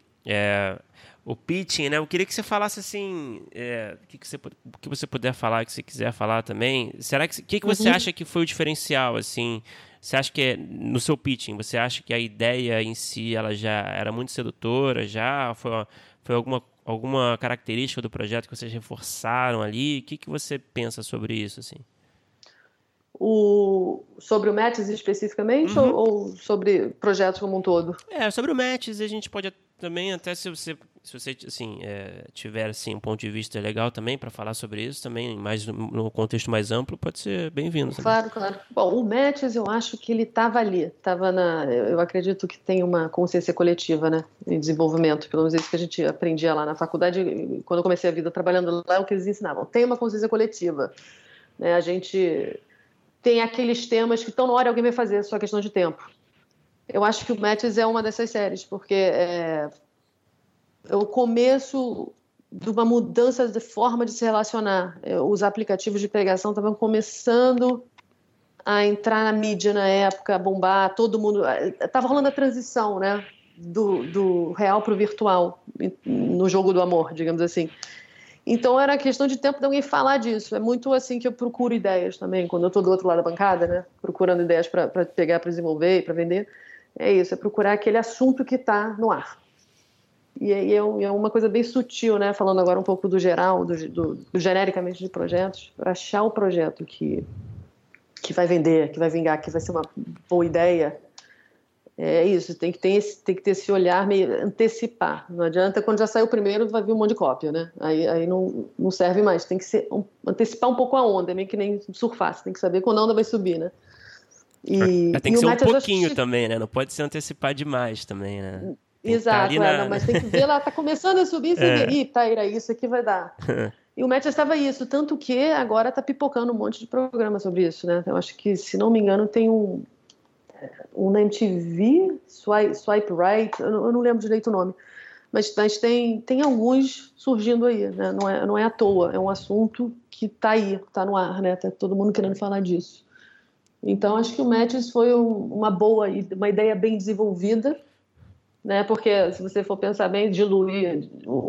O pitching, né? Eu queria que você falasse assim, o que você puder falar, que você quiser falar também. Será que você acha que foi o diferencial, assim, Você acha que, no seu pitching, você acha que a ideia em si ela já era muito sedutora? Já foi alguma característica do projeto que vocês reforçaram ali? O que você pensa sobre isso, assim? Sobre o Matches especificamente ou sobre projetos como um todo? Sobre o Matches a gente pode também, até se você assim, tiver assim, um ponto de vista legal também para falar sobre isso, também mais no contexto mais amplo, pode ser bem-vindo também. Claro, claro. Bom, o Matches eu acho que ele estava ali, eu acredito que tem uma consciência coletiva, né, em desenvolvimento, pelo menos isso que a gente aprendia lá na faculdade, quando eu comecei a vida trabalhando lá, é o que eles ensinavam, tem uma consciência coletiva, né, a gente tem aqueles temas que estão na hora alguém vai fazer, só questão de tempo. Eu acho que o Matches é uma dessas séries, porque é o começo de uma mudança de forma de se relacionar. Os aplicativos de pegação estavam começando a entrar na mídia na época, a bombar, todo mundo... Estava rolando a transição, né, do real para o virtual, no jogo do amor, digamos assim. Então era questão de tempo de alguém falar disso. É muito assim que eu procuro ideias também, quando eu estou do outro lado da bancada, né, procurando ideias para pegar, para desenvolver e para vender. É isso, é procurar aquele assunto que está no ar. E aí é uma coisa bem sutil, né, falando agora um pouco do geral, do genericamente de projetos, para achar o projeto que vai vender, que vai vingar, que vai ser uma boa ideia. É isso, tem que ter esse olhar meio antecipar. Não adianta, quando já saiu o primeiro, vai vir um monte de cópia, né? Aí não serve mais. Tem que antecipar um pouco a onda, é meio que nem surfar. Você tem que saber quando a onda vai subir, né? Tem que ser um pouquinho também, né? Não pode se antecipar demais também, né? Exato, mas tem que ver lá, tá começando a subir, você vê, Taira, isso aqui vai dar. E o Matches estava isso, tanto que agora tá pipocando um monte de programa sobre isso, né? Eu acho que, se não me engano, tem um na MTV, Swipe Right, eu não lembro direito o nome, mas tem alguns surgindo aí, né? Não é à toa, é um assunto que tá aí, tá no ar, né? Tá todo mundo querendo falar disso. Então, acho que o Matches foi uma uma ideia bem desenvolvida, né? Porque, se você for pensar bem, diluir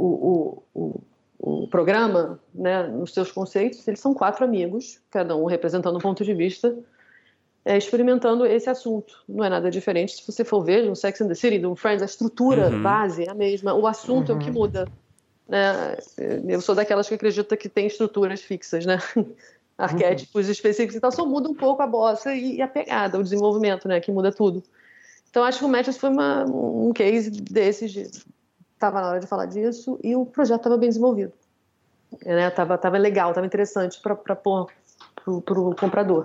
o programa, né, nos seus conceitos, eles são 4 amigos, cada um representando um ponto de vista, experimentando esse assunto. Não é nada diferente se você for ver um Sex and the City, um Friends, a estrutura base é a mesma, o assunto é o que muda, né? Eu sou daquelas que acredita que tem estruturas fixas, né? Arquétipos específicos e tal, só muda um pouco a bossa e a pegada, o desenvolvimento, né, que muda tudo. Então acho que o Matches foi um case desses, estava na hora de falar disso e o projeto estava bem desenvolvido, né? Tava legal, estava interessante para pôr pro comprador.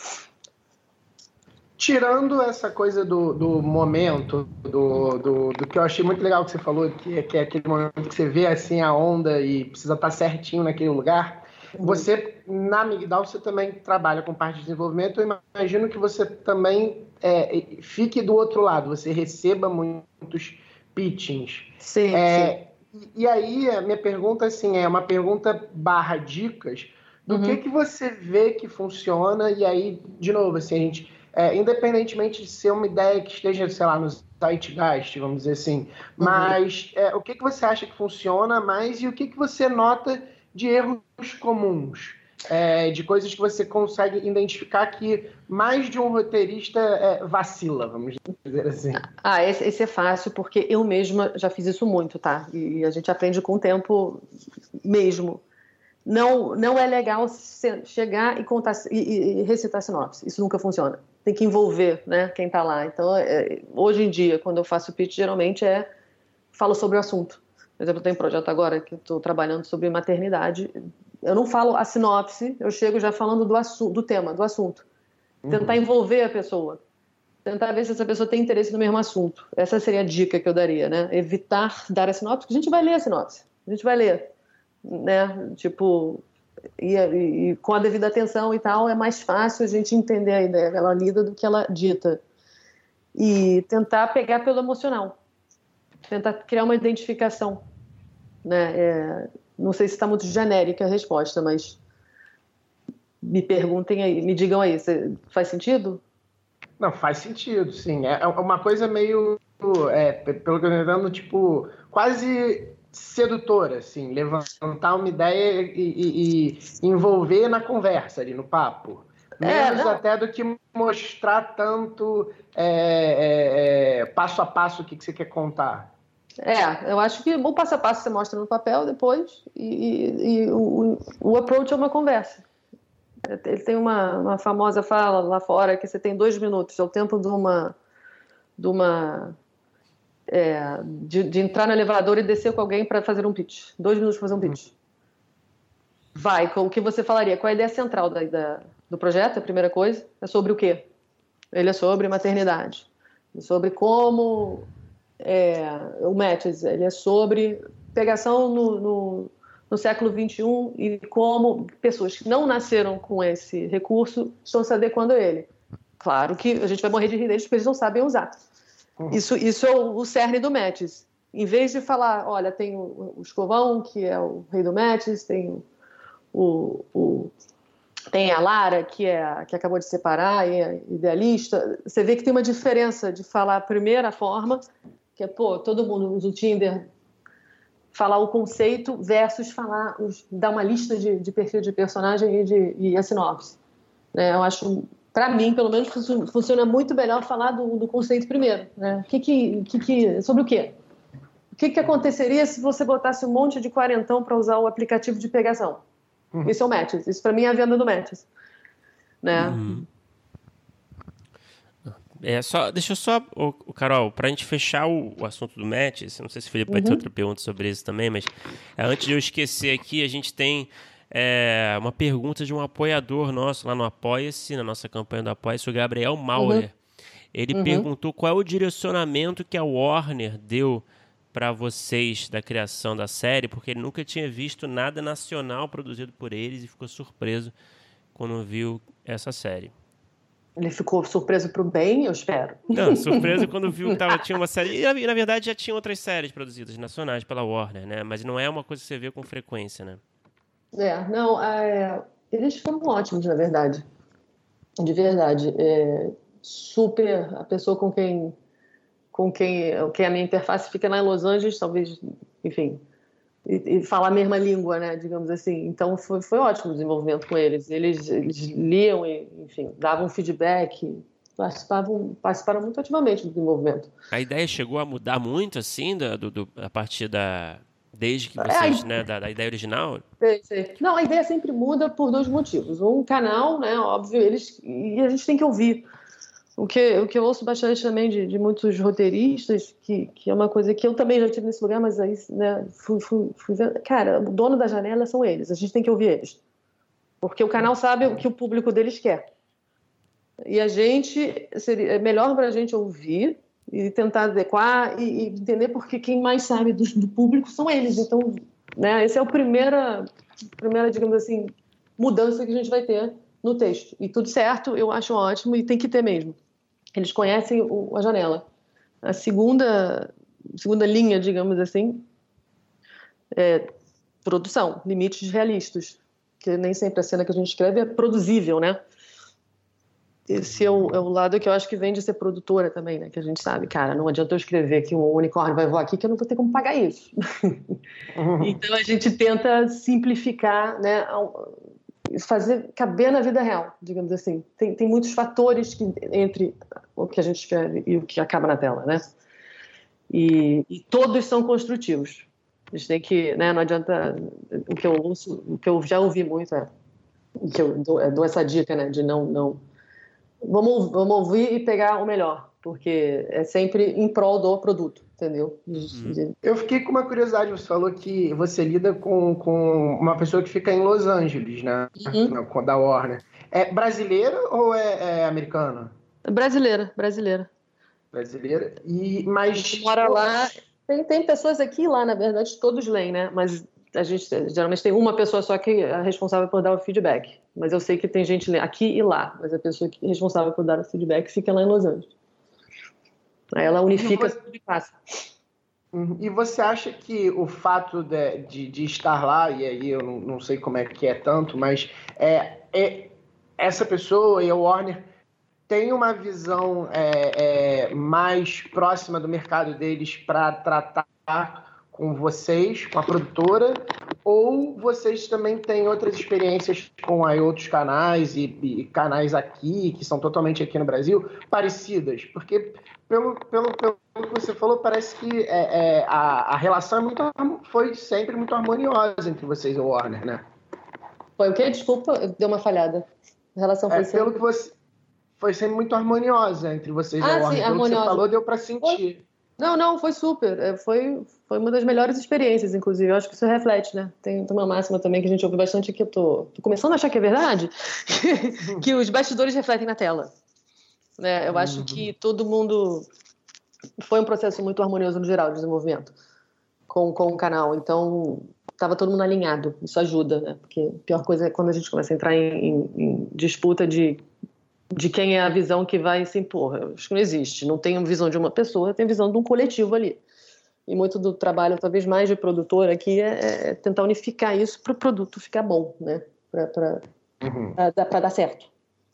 Tirando essa coisa do momento, do que eu achei muito legal que você falou, que é aquele momento que você vê assim a onda e precisa estar certinho naquele lugar, você, na Migdal, você também trabalha com parte de desenvolvimento. Eu imagino que você também fique do outro lado, você receba muitos pitchings. Sim, sim. E aí, a minha pergunta assim, é uma pergunta / dicas do que você vê que funciona, e aí, de novo, assim, a gente... independentemente de ser uma ideia que esteja, sei lá, no zeitgeist, vamos dizer assim, mas o que você acha que funciona mais e o que você nota de erros comuns, de coisas que você consegue identificar que mais de um roteirista vacila, vamos dizer assim. Esse é fácil, porque eu mesma já fiz isso muito, tá? E a gente aprende com o tempo mesmo. Não é legal chegar e contar e recitar a sinopse. Isso nunca funciona. Tem que envolver, né, quem está lá. Então, hoje em dia, quando eu faço pitch, geralmente falo sobre o assunto. Por exemplo, tem um projeto agora que eu estou trabalhando sobre maternidade. Eu não falo a sinopse, eu chego já falando do tema, do assunto. Tentar envolver a pessoa. Tentar ver se essa pessoa tem interesse no mesmo assunto. Essa seria a dica que eu daria, né? Evitar dar a sinopse, porque a gente vai ler a sinopse. A gente vai ler, né? Tipo, e com a devida atenção e tal, é mais fácil a gente entender a ideia que ela lida do que ela dita. E tentar pegar pelo emocional. Tentar criar uma identificação, né? Não sei se está muito genérica a resposta, mas me perguntem aí, me digam aí, faz sentido? Não, faz sentido, sim. É uma coisa meio, pelo que eu estou entendendo, tipo, quase sedutora, assim, levantar uma ideia e envolver na conversa ali, no papo. Menos até do que mostrar tanto passo a passo o que você quer contar. Eu acho que o passo a passo você mostra no papel depois e o approach é uma conversa. Ele tem uma famosa fala lá fora que você tem 2 minutos, é o tempo de entrar no elevador e descer com alguém para fazer um pitch. 2 minutos para fazer um pitch. Vai, com o que você falaria? Qual é a ideia central do projeto? A primeira coisa é sobre o quê? Ele é sobre maternidade. É sobre como o Matches, ele é sobre pegação no século XXI e como pessoas que não nasceram com esse recurso estão se adequando a ele. Claro que a gente vai morrer de rir deles porque eles não sabem usar. Isso é o cerne do Matches. Em vez de falar, olha, tem o Escovão, que é o rei do Matches, tem tem a Lara, que acabou de separar e é idealista. Você vê que tem uma diferença de falar a primeira forma, que é, todo mundo usa o Tinder, falar o conceito versus dar uma lista de perfil de personagem e a sinopse. Eu acho, para mim, pelo menos, funciona muito melhor falar do conceito primeiro. Né? Sobre o quê? O que aconteceria se você botasse um monte de quarentão para usar o aplicativo de pegação? Isso é o Matches. Isso, para mim, é a venda do Matches. Né? Deixa eu só, Carol, para a gente fechar o assunto do Matches, não sei se o Felipe vai ter outra pergunta sobre isso também, mas antes de eu esquecer aqui, a gente tem uma pergunta de um apoiador nosso lá no Apoia-se, na nossa campanha do Apoia-se, o Gabriel Maurer. Ele perguntou qual é o direcionamento que a Warner deu para vocês da criação da série, porque ele nunca tinha visto nada nacional produzido por eles e ficou surpreso quando viu essa série. Ele ficou surpreso pro bem, eu espero. Não, surpreso quando viu que tinha uma série... E, na verdade, já tinha outras séries produzidas nacionais pela Warner, né? Mas não é uma coisa que você vê com frequência, né? Eles foram ótimos, na verdade. De verdade. Super... A pessoa com quem a minha interface fica lá em Los Angeles, talvez, enfim, e falar a mesma língua, né, digamos assim. Então, foi ótimo o desenvolvimento com eles. Eles liam e, enfim, davam feedback, participaram muito ativamente do desenvolvimento. A ideia chegou a mudar muito, assim, a partir desde que vocês, né, da ideia original? Sei. Não, a ideia sempre muda por 2 motivos. Um, canal, né, óbvio, e a gente tem que ouvir. O que eu ouço bastante também de muitos roteiristas, que é uma coisa que eu também já tive nesse lugar, mas aí, né, fui vendo. Cara, o dono da janela são eles, a gente tem que ouvir eles. Porque o canal sabe o que o público deles quer. E é melhor para a gente ouvir e tentar adequar e entender porque quem mais sabe do público são eles. Então, né, essa é a primeira, digamos assim, mudança que a gente vai ter no texto. E tudo certo, eu acho ótimo e tem que ter mesmo. Eles conhecem a janela. A segunda linha, digamos assim, é produção, limites realistas. Que nem sempre a cena que a gente escreve é produzível, né? Esse é o lado que eu acho que vem de ser produtora também, né? Que a gente sabe, cara, não adianta eu escrever que um unicórnio vai voar aqui que eu não vou ter como pagar isso. Então a gente tenta simplificar, né? Fazer caber na vida real, digamos assim. Tem muitos fatores entre o que a gente escreve e o que acaba na tela, né? E todos são construtivos. A gente tem que, né? Não adianta... O que eu ouço, o que eu já ouvi muito que eu dou essa dica, né? De não... Vamos ouvir e pegar o melhor, porque é sempre em prol do produto, entendeu? Eu fiquei com uma curiosidade, você falou que você lida com uma pessoa que fica em Los Angeles, né? Da Warner. É brasileira ou é americana? Brasileira. Brasileira. Mas mora lá. Tem pessoas aqui e lá, na verdade, todos leem, né? Mas a gente geralmente tem uma pessoa só que é responsável por dar o feedback. Mas eu sei que tem gente aqui e lá, mas a pessoa que é responsável por dar o feedback fica lá em Los Angeles. Aí ela unifica tudo e passa. E você acha que o fato de estar lá, e aí eu não sei como é que é tanto, mas essa pessoa e a Warner tem uma visão mais próxima do mercado deles para tratar com vocês, com a produtora, ou vocês também têm outras experiências com aí outros canais e canais aqui, que são totalmente aqui no Brasil, parecidas? Porque, pelo que você falou, parece que a relação foi sempre muito harmoniosa entre vocês e o Warner, né? Foi o quê? Desculpa, deu uma falhada. A relação foi sempre... Pelo que você... Foi sempre muito harmoniosa entre vocês e o Warner. Sim, pelo harmoniosa. Que você falou, deu para sentir. Não, foi super. Foi uma das melhores experiências, inclusive. Eu acho que isso reflete, né? Tem uma máxima também que a gente ouve bastante que eu tô começando a achar que é verdade, que os bastidores refletem na tela. Né? Eu acho que todo mundo... Foi um processo muito harmonioso no geral de desenvolvimento com o canal. Então, estava todo mundo alinhado. Isso ajuda, né? Porque a pior coisa é quando a gente começa a entrar em disputa de quem é a visão que vai se impor. Eu acho que não existe. Não tem a visão de uma pessoa, tem a visão de um coletivo ali. E muito do trabalho, talvez mais de produtor aqui, é tentar unificar isso para o produto ficar bom, né? Para dar certo.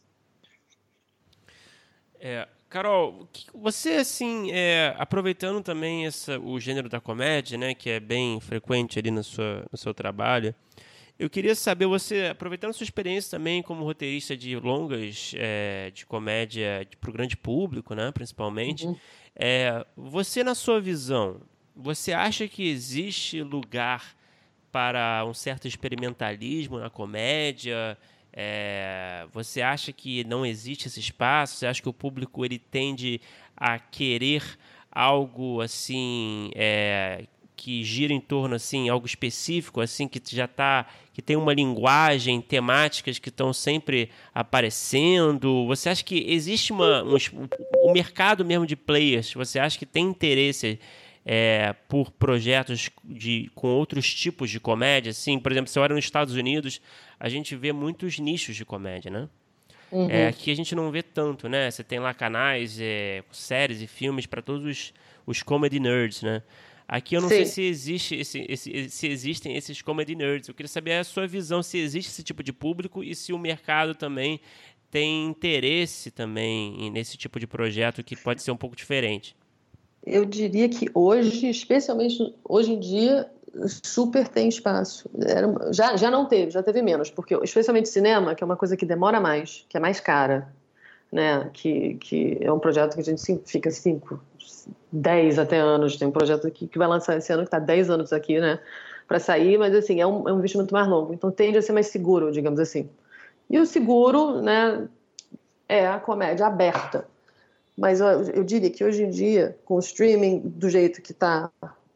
Carol, você, assim, aproveitando também o gênero da comédia, né, que é bem frequente ali no seu trabalho, eu queria saber, você, aproveitando sua experiência também como roteirista de longas de comédia para o grande público, né, principalmente, você, na sua visão, você acha que existe lugar para um certo experimentalismo na comédia? Você acha que não existe esse espaço? Você acha que o público ele tende a querer algo assim que gira em torno assim algo específico, assim que que tem uma linguagem, temáticas que estão sempre aparecendo? Você acha que existe um mercado mesmo de players? Você acha que tem interesse por projetos com outros tipos de comédia? Assim, por exemplo, você olha nos Estados Unidos, a gente vê muitos nichos de comédia, né? Aqui a gente não vê tanto, né? Você tem lá canais, séries e filmes para todos os comedy nerds, né? Aqui eu não sei se existem esses comedy nerds. Eu queria saber a sua visão, se existe esse tipo de público e se o mercado também tem interesse também nesse tipo de projeto que pode ser um pouco diferente. Eu diria que hoje, especialmente hoje em dia, super tem espaço. Já não teve, já teve menos, porque especialmente cinema, que é uma coisa que demora mais, que é mais cara, né? Que é um projeto que a gente fica 5, 10 até anos. Tem um projeto aqui que vai lançar esse ano que está 10 anos aqui, né? Para sair, mas assim, é um investimento mais longo. Então tende a ser mais seguro, digamos assim. E o seguro, né? É a comédia aberta. Mas eu diria que hoje em dia, com o streaming do jeito que está,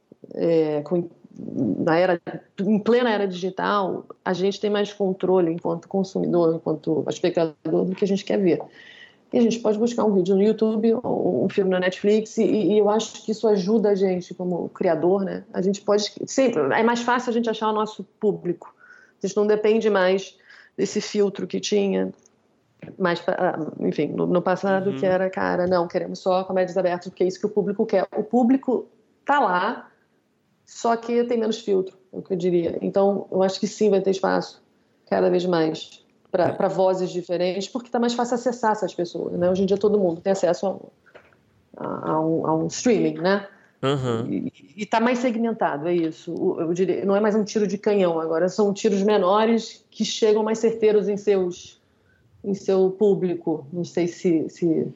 em plena era digital, a gente tem mais controle enquanto consumidor, enquanto espectador, do que a gente quer ver. E a gente pode buscar um vídeo no YouTube ou um filme na Netflix e eu acho que isso ajuda a gente como criador, né? A gente pode sempre, é mais fácil a gente achar o nosso público. A gente não depende mais desse filtro que tinha. Mas, enfim, no passado, que era, não, queremos só comédias abertas, porque é isso que o público quer. O público tá lá, só que tem menos filtro, é o que eu diria. Então, eu acho que sim, vai ter espaço cada vez mais para vozes diferentes, porque tá mais fácil acessar essas pessoas, né? Hoje em dia todo mundo tem acesso a um streaming, né? E tá mais segmentado, é isso. Eu diria, não é mais um tiro de canhão agora, são tiros menores que chegam mais certeiros em seu público. Não sei se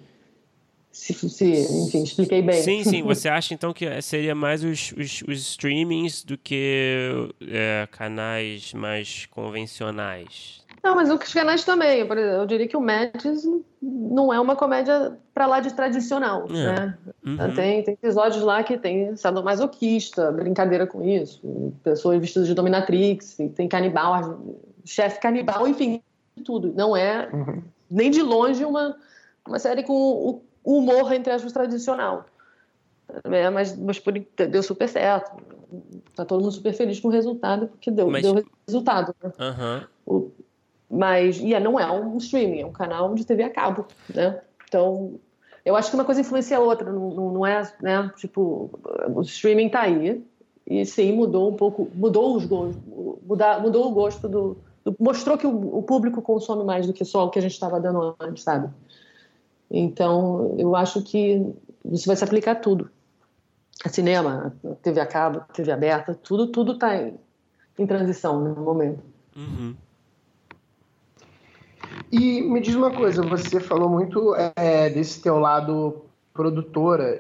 enfim, expliquei bem. Sim. Você acha, então, que seria mais os streamings do que canais mais convencionais? Não, mas os canais também. Por exemplo, eu diria que o Matches não é uma comédia para lá de tradicional, né? Tem episódios lá que tem sadomasoquista, brincadeira com isso, pessoas vestidas de dominatrix, tem canibal, chefe canibal, enfim, tudo. Não é nem de longe uma série com o humor, entre aspas, tradicional. Mas deu super certo. Tá todo mundo super feliz com o resultado, porque deu resultado. Né? Mas não é um streaming, é um canal de TV a cabo, né? Então, eu acho que uma coisa influencia a outra, não é, né? Tipo, o streaming tá aí, e sim, mudou um pouco, mudou os gostos, mudou o gosto mostrou que o público consome mais do que só o que a gente estava dando antes, sabe? Então, eu acho que isso vai se aplicar a tudo. A cinema, TV a cabo, TV aberta, tudo tá aí. em transição no momento. Uhum. E me diz uma coisa, você falou muito desse teu lado produtora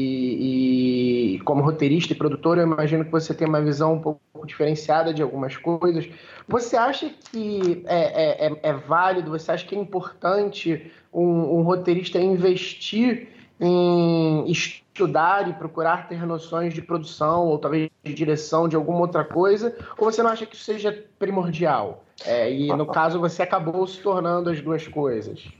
e como roteirista e produtora, eu imagino que você tem uma visão um pouco diferenciada de algumas coisas. Você acha que é válido, você acha que é importante um roteirista investir em estudar e procurar ter noções de produção ou talvez de direção de alguma outra coisa? Ou você não acha que isso seja primordial? E no caso você acabou se tornando as duas coisas.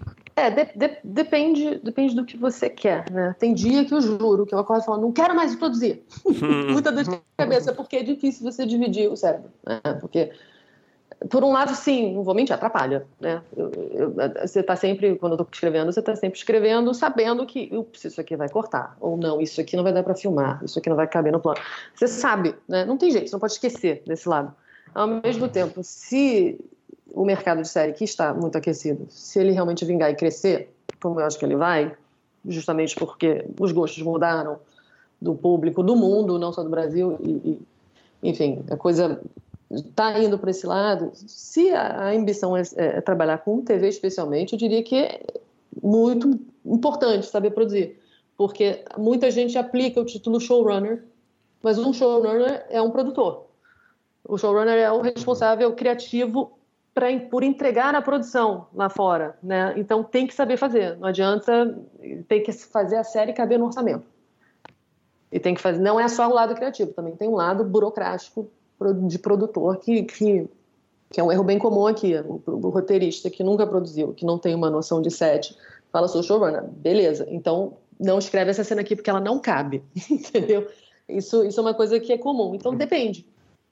Depende do que você quer, né? Tem dia que eu juro que eu acordo falando, não quero mais produzir. Muita dor de cabeça, porque é difícil você dividir o cérebro, né? Porque, por um lado, sim, não vou mentir, atrapalha, né? Você está sempre, quando eu estou escrevendo, você está sempre escrevendo sabendo que isso aqui vai cortar, ou não, isso aqui não vai dar para filmar, isso aqui não vai caber no plano. Você sabe, né? Não tem jeito, você não pode esquecer desse lado. Ao mesmo tempo, se o mercado de série que está muito aquecido, se ele realmente vingar e crescer, como eu acho que ele vai, justamente porque os gostos mudaram do público, do mundo, não só do Brasil, enfim, a coisa está indo para esse lado. Se a ambição é trabalhar com TV especialmente, eu diria que é muito importante saber produzir, porque muita gente aplica o título showrunner, mas um showrunner é um produtor. O showrunner é o responsável criativo por entregar a produção lá fora, né? Então tem que saber fazer, não adianta, tem que fazer a série caber no orçamento. E tem que fazer, não é só o lado criativo, também tem um lado burocrático de produtor que é um erro bem comum aqui. O roteirista que nunca produziu, que não tem uma noção de set, fala, sou showrunner, beleza, então não escreve essa cena aqui porque ela não cabe, entendeu? Isso é uma coisa que é comum, então depende.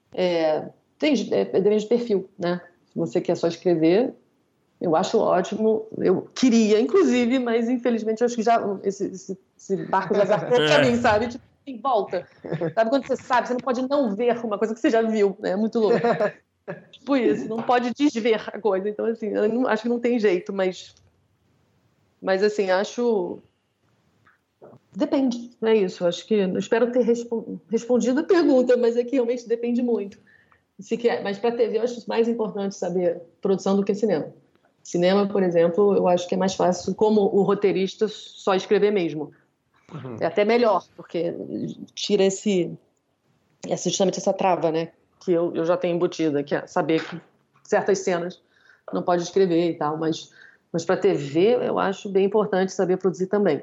Depende de perfil, né? Se você quer só escrever, eu acho ótimo. Eu queria, inclusive, mas infelizmente eu acho que já esse barco já zarpou pra mim, sabe? Tipo, em volta. Sabe quando você sabe, você não pode não ver uma coisa que você já viu, né? É muito louco. Tipo isso, não pode desver a coisa. Então, assim, eu acho que não tem jeito, mas assim, acho... Depende, é isso. Acho que eu espero ter respondido a pergunta, mas é que realmente depende muito. Mas para TV eu acho mais importante saber produção do que cinema. Cinema, por exemplo, eu acho que é mais fácil, como o roteirista, só escrever mesmo. Uhum. É até melhor, porque tira justamente essa trava, né? Que eu já tenho embutida, que é saber que certas cenas não pode escrever e tal, mas para TV eu acho bem importante saber produzir também.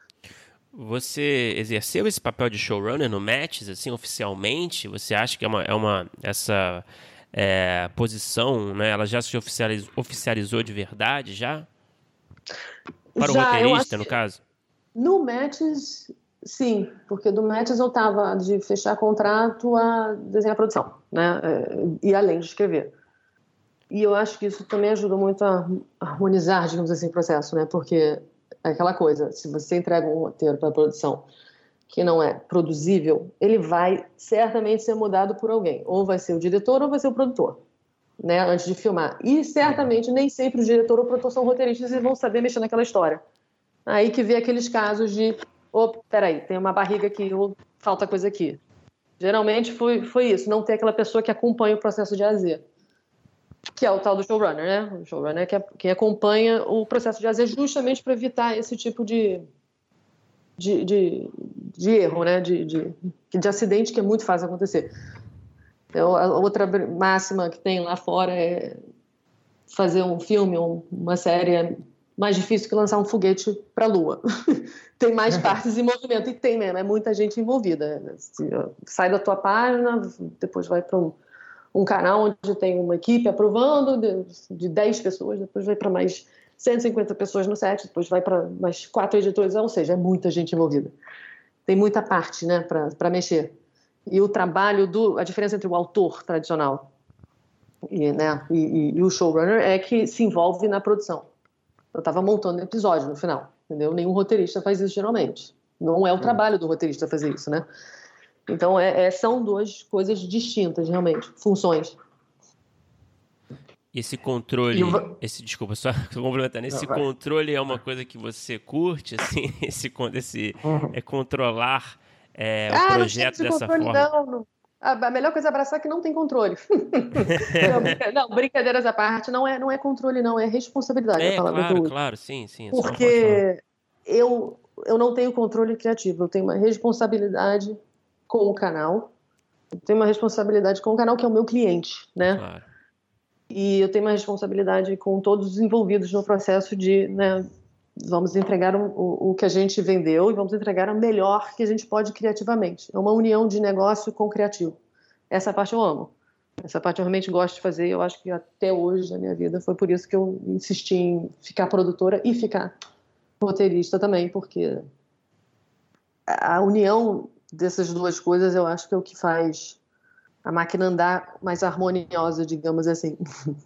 Você exerceu esse papel de showrunner no Matches, assim, oficialmente? Você acha que essa posição, né? Ela já se oficializou de verdade, já? Para o roteirista, no caso? No Matches, sim, porque do Matches eu estava de fechar contrato a desenhar a produção, né? E além de escrever. E eu acho que isso também ajuda muito a harmonizar, digamos assim, o processo, né? Porque é aquela coisa, se você entrega um roteiro para a produção que não é produzível, ele vai certamente ser mudado por alguém. Ou vai ser o diretor ou vai ser o produtor, né? Antes de filmar. E certamente nem sempre o diretor ou o produtor são roteiristas e vão saber mexer naquela história. Aí que vê aqueles casos de, peraí, tem uma barriga aqui, ou falta coisa aqui. Geralmente foi isso, não ter aquela pessoa que acompanha o processo de A a Z. Que é o tal do showrunner, né? O showrunner é quem acompanha o processo de A a Z justamente para evitar esse tipo de erro, né? De acidente que é muito fácil acontecer. Então, a outra máxima que tem lá fora é fazer um filme, uma série mais difícil que lançar um foguete para a Lua. Tem mais partes em movimento, e tem mesmo, é muita gente envolvida. Sai da tua página, depois vai para um canal onde tem uma equipe aprovando de 10 pessoas, depois vai para mais 150 pessoas no set, depois vai para mais 4 editores, ou seja, é muita gente envolvida. Tem muita parte, né, para mexer. E o trabalho, a diferença entre o autor tradicional e o showrunner é que se envolve na produção. Eu estava montando episódio no final, entendeu? Nenhum roteirista faz isso geralmente. Não é o trabalho do roteirista fazer isso, né? Então, são duas coisas distintas, realmente, funções. Esse controle, desculpa, só complementando, esse controle é uma coisa que você curte, assim, esse controlar o projeto dessa forma? A melhor coisa é abraçar que não tem controle. Não, brincadeiras à parte, não é controle, não, é responsabilidade a palavra que eu uso. Claro, sim. Porque eu não tenho controle criativo, eu tenho uma responsabilidade com o canal, eu tenho uma responsabilidade com o canal que é o meu cliente, né? Claro. E eu tenho uma responsabilidade com todos os envolvidos no processo de, né, vamos entregar o que a gente vendeu e vamos entregar o melhor que a gente pode criativamente. É uma união de negócio com criativo. Essa parte eu amo. Essa parte eu realmente gosto de fazer. Eu acho que até hoje na minha vida foi por isso que eu insisti em ficar produtora e ficar roteirista também, porque a união dessas duas coisas eu acho que é o que faz a máquina andar mais harmoniosa, digamos assim.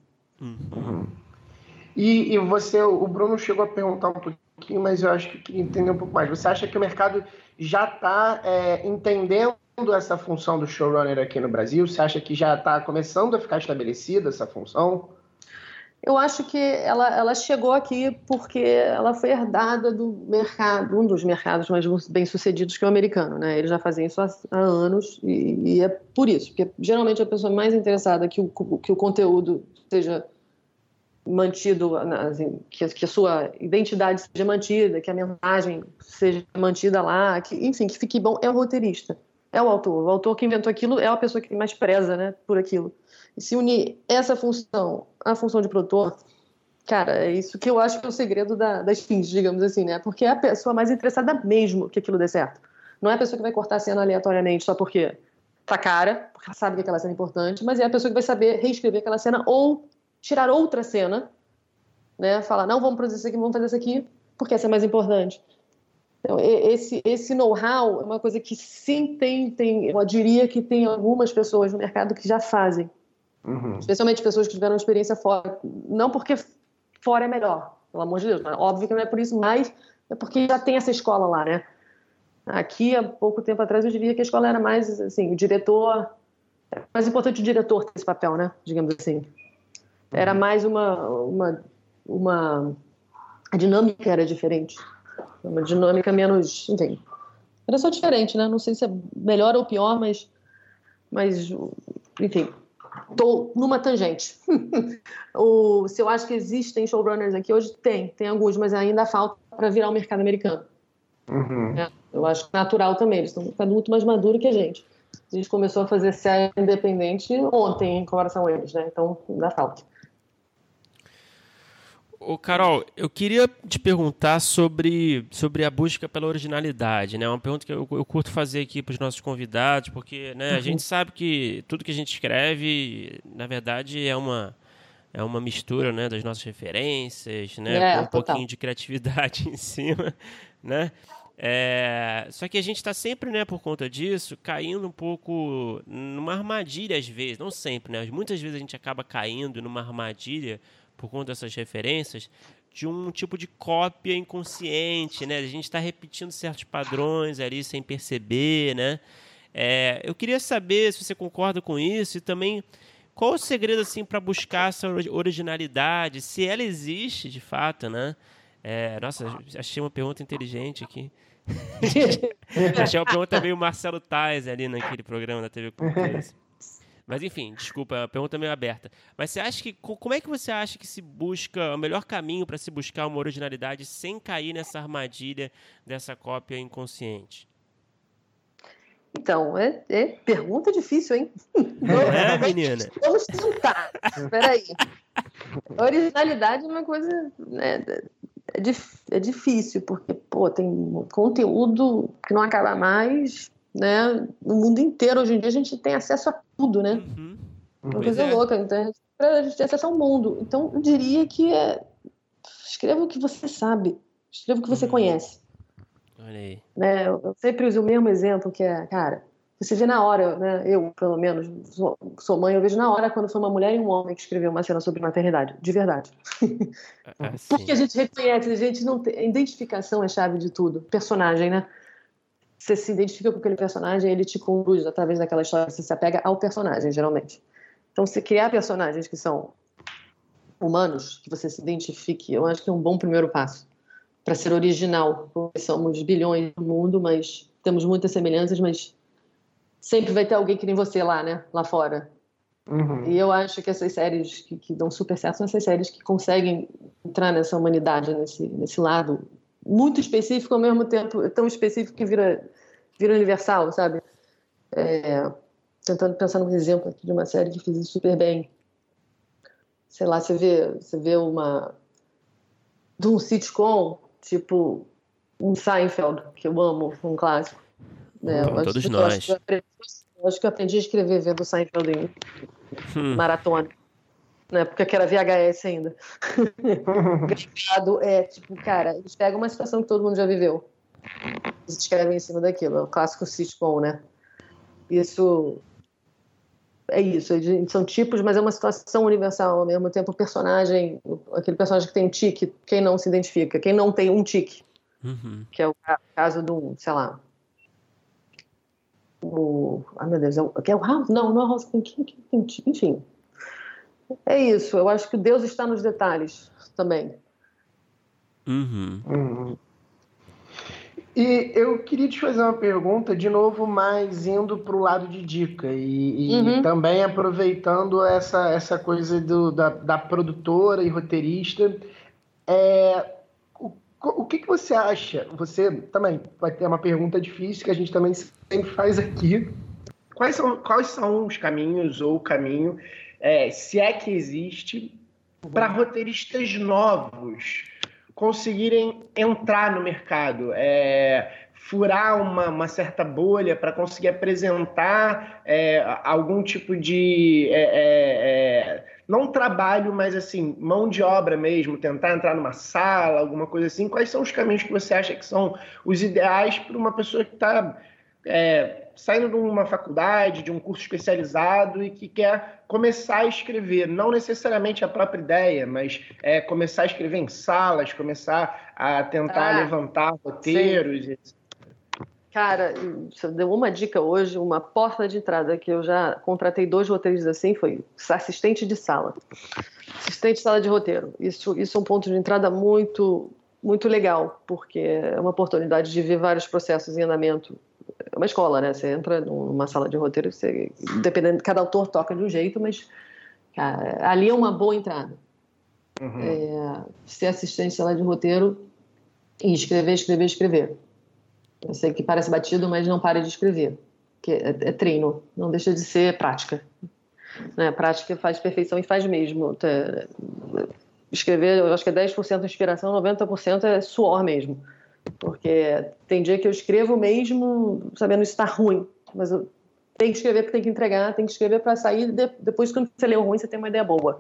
E você, o Bruno chegou a perguntar um pouquinho, mas eu acho que queria entender um pouco mais. Você acha que o mercado já está entendendo essa função do showrunner aqui no Brasil? Você acha que já está começando a ficar estabelecida essa função? Eu acho que ela chegou aqui porque ela foi herdada do mercado, um dos mercados mais bem-sucedidos que é o americano, né? Eles já fazem isso há anos e é por isso, porque geralmente a pessoa mais interessada que o conteúdo seja mantido, assim, que a sua identidade seja mantida, que a mensagem seja mantida lá, enfim, que fique bom, é o roteirista, é o autor. O autor que inventou aquilo é a pessoa que mais preza, né, por aquilo. E se unir essa função à função de produtor, cara, é isso que eu acho que é o segredo das fins, digamos assim, né? Porque é a pessoa mais interessada mesmo que aquilo dê certo. Não é a pessoa que vai cortar a cena aleatoriamente só porque tá cara, porque ela sabe que aquela cena é importante, mas é a pessoa que vai saber reescrever aquela cena ou tirar outra cena, né? Falar, não, vamos produzir isso aqui, vamos fazer isso aqui, porque essa é mais importante. Então, esse know-how é uma coisa que sim tem, eu diria que tem algumas pessoas no mercado que já fazem. Especialmente pessoas que tiveram experiência fora. Não porque fora é melhor, pelo amor de Deus. Óbvio que não é por isso, mas é porque já tem essa escola lá, né? Aqui, há pouco tempo atrás, eu diria que a escola era mais, assim, o diretor... É mais importante o diretor ter esse papel, né? Digamos assim. Era mais a dinâmica era diferente. Uma dinâmica menos... Enfim, era só diferente, né? Não sei se é melhor ou pior, mas enfim... Estou numa tangente. Se eu acho que existem showrunners aqui hoje, tem alguns, mas ainda falta para virar o mercado americano. Eu acho natural também, eles estão ficando muito mais maduros que a gente. A gente começou a fazer série independente ontem, em comparação a eles, né? Então, ainda falta. Ô, Carol, eu queria te perguntar sobre a busca pela originalidade, né? Uma pergunta que eu curto fazer aqui para os nossos convidados, porque, né, a gente sabe que tudo que a gente escreve, na verdade, é uma mistura, né, das nossas referências, né, com um pouquinho de criatividade em cima, né? Só que a gente está sempre, né, por conta disso, caindo um pouco numa armadilha às vezes, não sempre, né? Muitas vezes a gente acaba caindo numa armadilha por conta dessas referências, de um tipo de cópia inconsciente, né? A gente está repetindo certos padrões ali sem perceber, né? Eu queria saber se você concorda com isso e também qual o segredo assim para buscar essa originalidade, se ela existe de fato, né? Nossa, achei uma pergunta inteligente aqui. Achei uma pergunta meio Marcelo Tais ali naquele programa da TV Cultura. Mas enfim, desculpa, a pergunta é meio aberta. Mas você acha que, como é que você acha que se busca o melhor caminho para se buscar uma originalidade sem cair nessa armadilha dessa cópia inconsciente? Então, pergunta difícil, hein? Menina? Vamos tentar. Peraí. Originalidade é uma coisa... Né, é difícil, porque, tem conteúdo que não acaba mais... Né? No mundo inteiro, hoje em dia, a gente tem acesso a tudo, né? Uma coisa louca. Então, a gente tem acesso ao mundo. Então, eu diria que escreva o que você sabe. Escreva o que você conhece. Olha aí. Né? Eu sempre uso o mesmo exemplo, que é, cara, você vê na hora, né? Eu, pelo menos, sou mãe, eu vejo na hora quando foi uma mulher e um homem que escreveu uma cena sobre maternidade. De verdade. Porque a gente reconhece, a gente não tem... A identificação é chave de tudo. Personagem, né? Você se identifica com aquele personagem, ele te conduz através daquela história, você se apega ao personagem, geralmente. Então, se criar personagens que são humanos, que você se identifique, eu acho que é um bom primeiro passo para ser original. Porque somos bilhões no mundo, mas temos muitas semelhanças, mas sempre vai ter alguém que nem você lá, né? Lá fora. Uhum. E eu acho que essas séries que dão super certo são essas séries que conseguem entrar nessa humanidade, nesse lado muito específico, ao mesmo tempo tão específico que vira universal, sabe? Tentando pensar num exemplo aqui de uma série que fez isso super bem. Sei lá, você vê de um sitcom, tipo um Seinfeld, que eu amo, um clássico. Todos nós. Eu acho que eu aprendi a escrever vendo Seinfeld em maratona. Na época que era VHS ainda. Gravado, tipo, cara, eles pegam uma situação que todo mundo já viveu. Eles escrevem em cima daquilo. É o clássico sitcom, né? Isso é isso. São tipos, mas é uma situação universal ao mesmo tempo. O personagem, aquele personagem que tem um tique, quem não se identifica, quem não tem um tique, que é o caso do, sei lá, ai meu Deus, é o House? Não é o House, enfim. É isso, eu acho que Deus está nos detalhes também. E eu queria te fazer uma pergunta, de novo, mais indo para o lado de dica e também aproveitando essa coisa da produtora e roteirista. O que você acha? Você também vai ter uma pergunta difícil que a gente também sempre faz aqui. Quais são os caminhos ou o caminho, se é que existe, para roteiristas novos conseguirem entrar no mercado, furar uma certa bolha para conseguir apresentar algum tipo de não trabalho, mas assim, mão de obra mesmo, tentar entrar numa sala, alguma coisa assim. Quais são os caminhos que você acha que são os ideais para uma pessoa que está saindo de uma faculdade, de um curso especializado e que quer começar a escrever, não necessariamente a própria ideia, mas começar a escrever em salas, começar a tentar levantar roteiros? Sim. Cara, você deu uma dica hoje, uma porta de entrada, que eu já contratei 2 roteiristas assim, foi assistente de sala. Assistente de sala de roteiro. Isso é um ponto de entrada muito, muito legal, porque é uma oportunidade de ver vários processos em andamento. É uma escola, né? Você entra numa sala de roteiro, dependendo, cada autor toca de um jeito, mas cara, ali é uma boa entrada. Ser assistente de sala de roteiro e escrever. Eu sei que parece batido, mas não pare de escrever, que é treino, não deixa de ser prática. Né? Prática faz perfeição e faz mesmo. Escrever, eu acho que é 10% inspiração, 90% é suor mesmo. Porque tem dia que eu escrevo mesmo sabendo isso está ruim, mas eu tenho que escrever porque tem que entregar, tem que escrever para sair, depois quando você lê o ruim você tem uma ideia boa.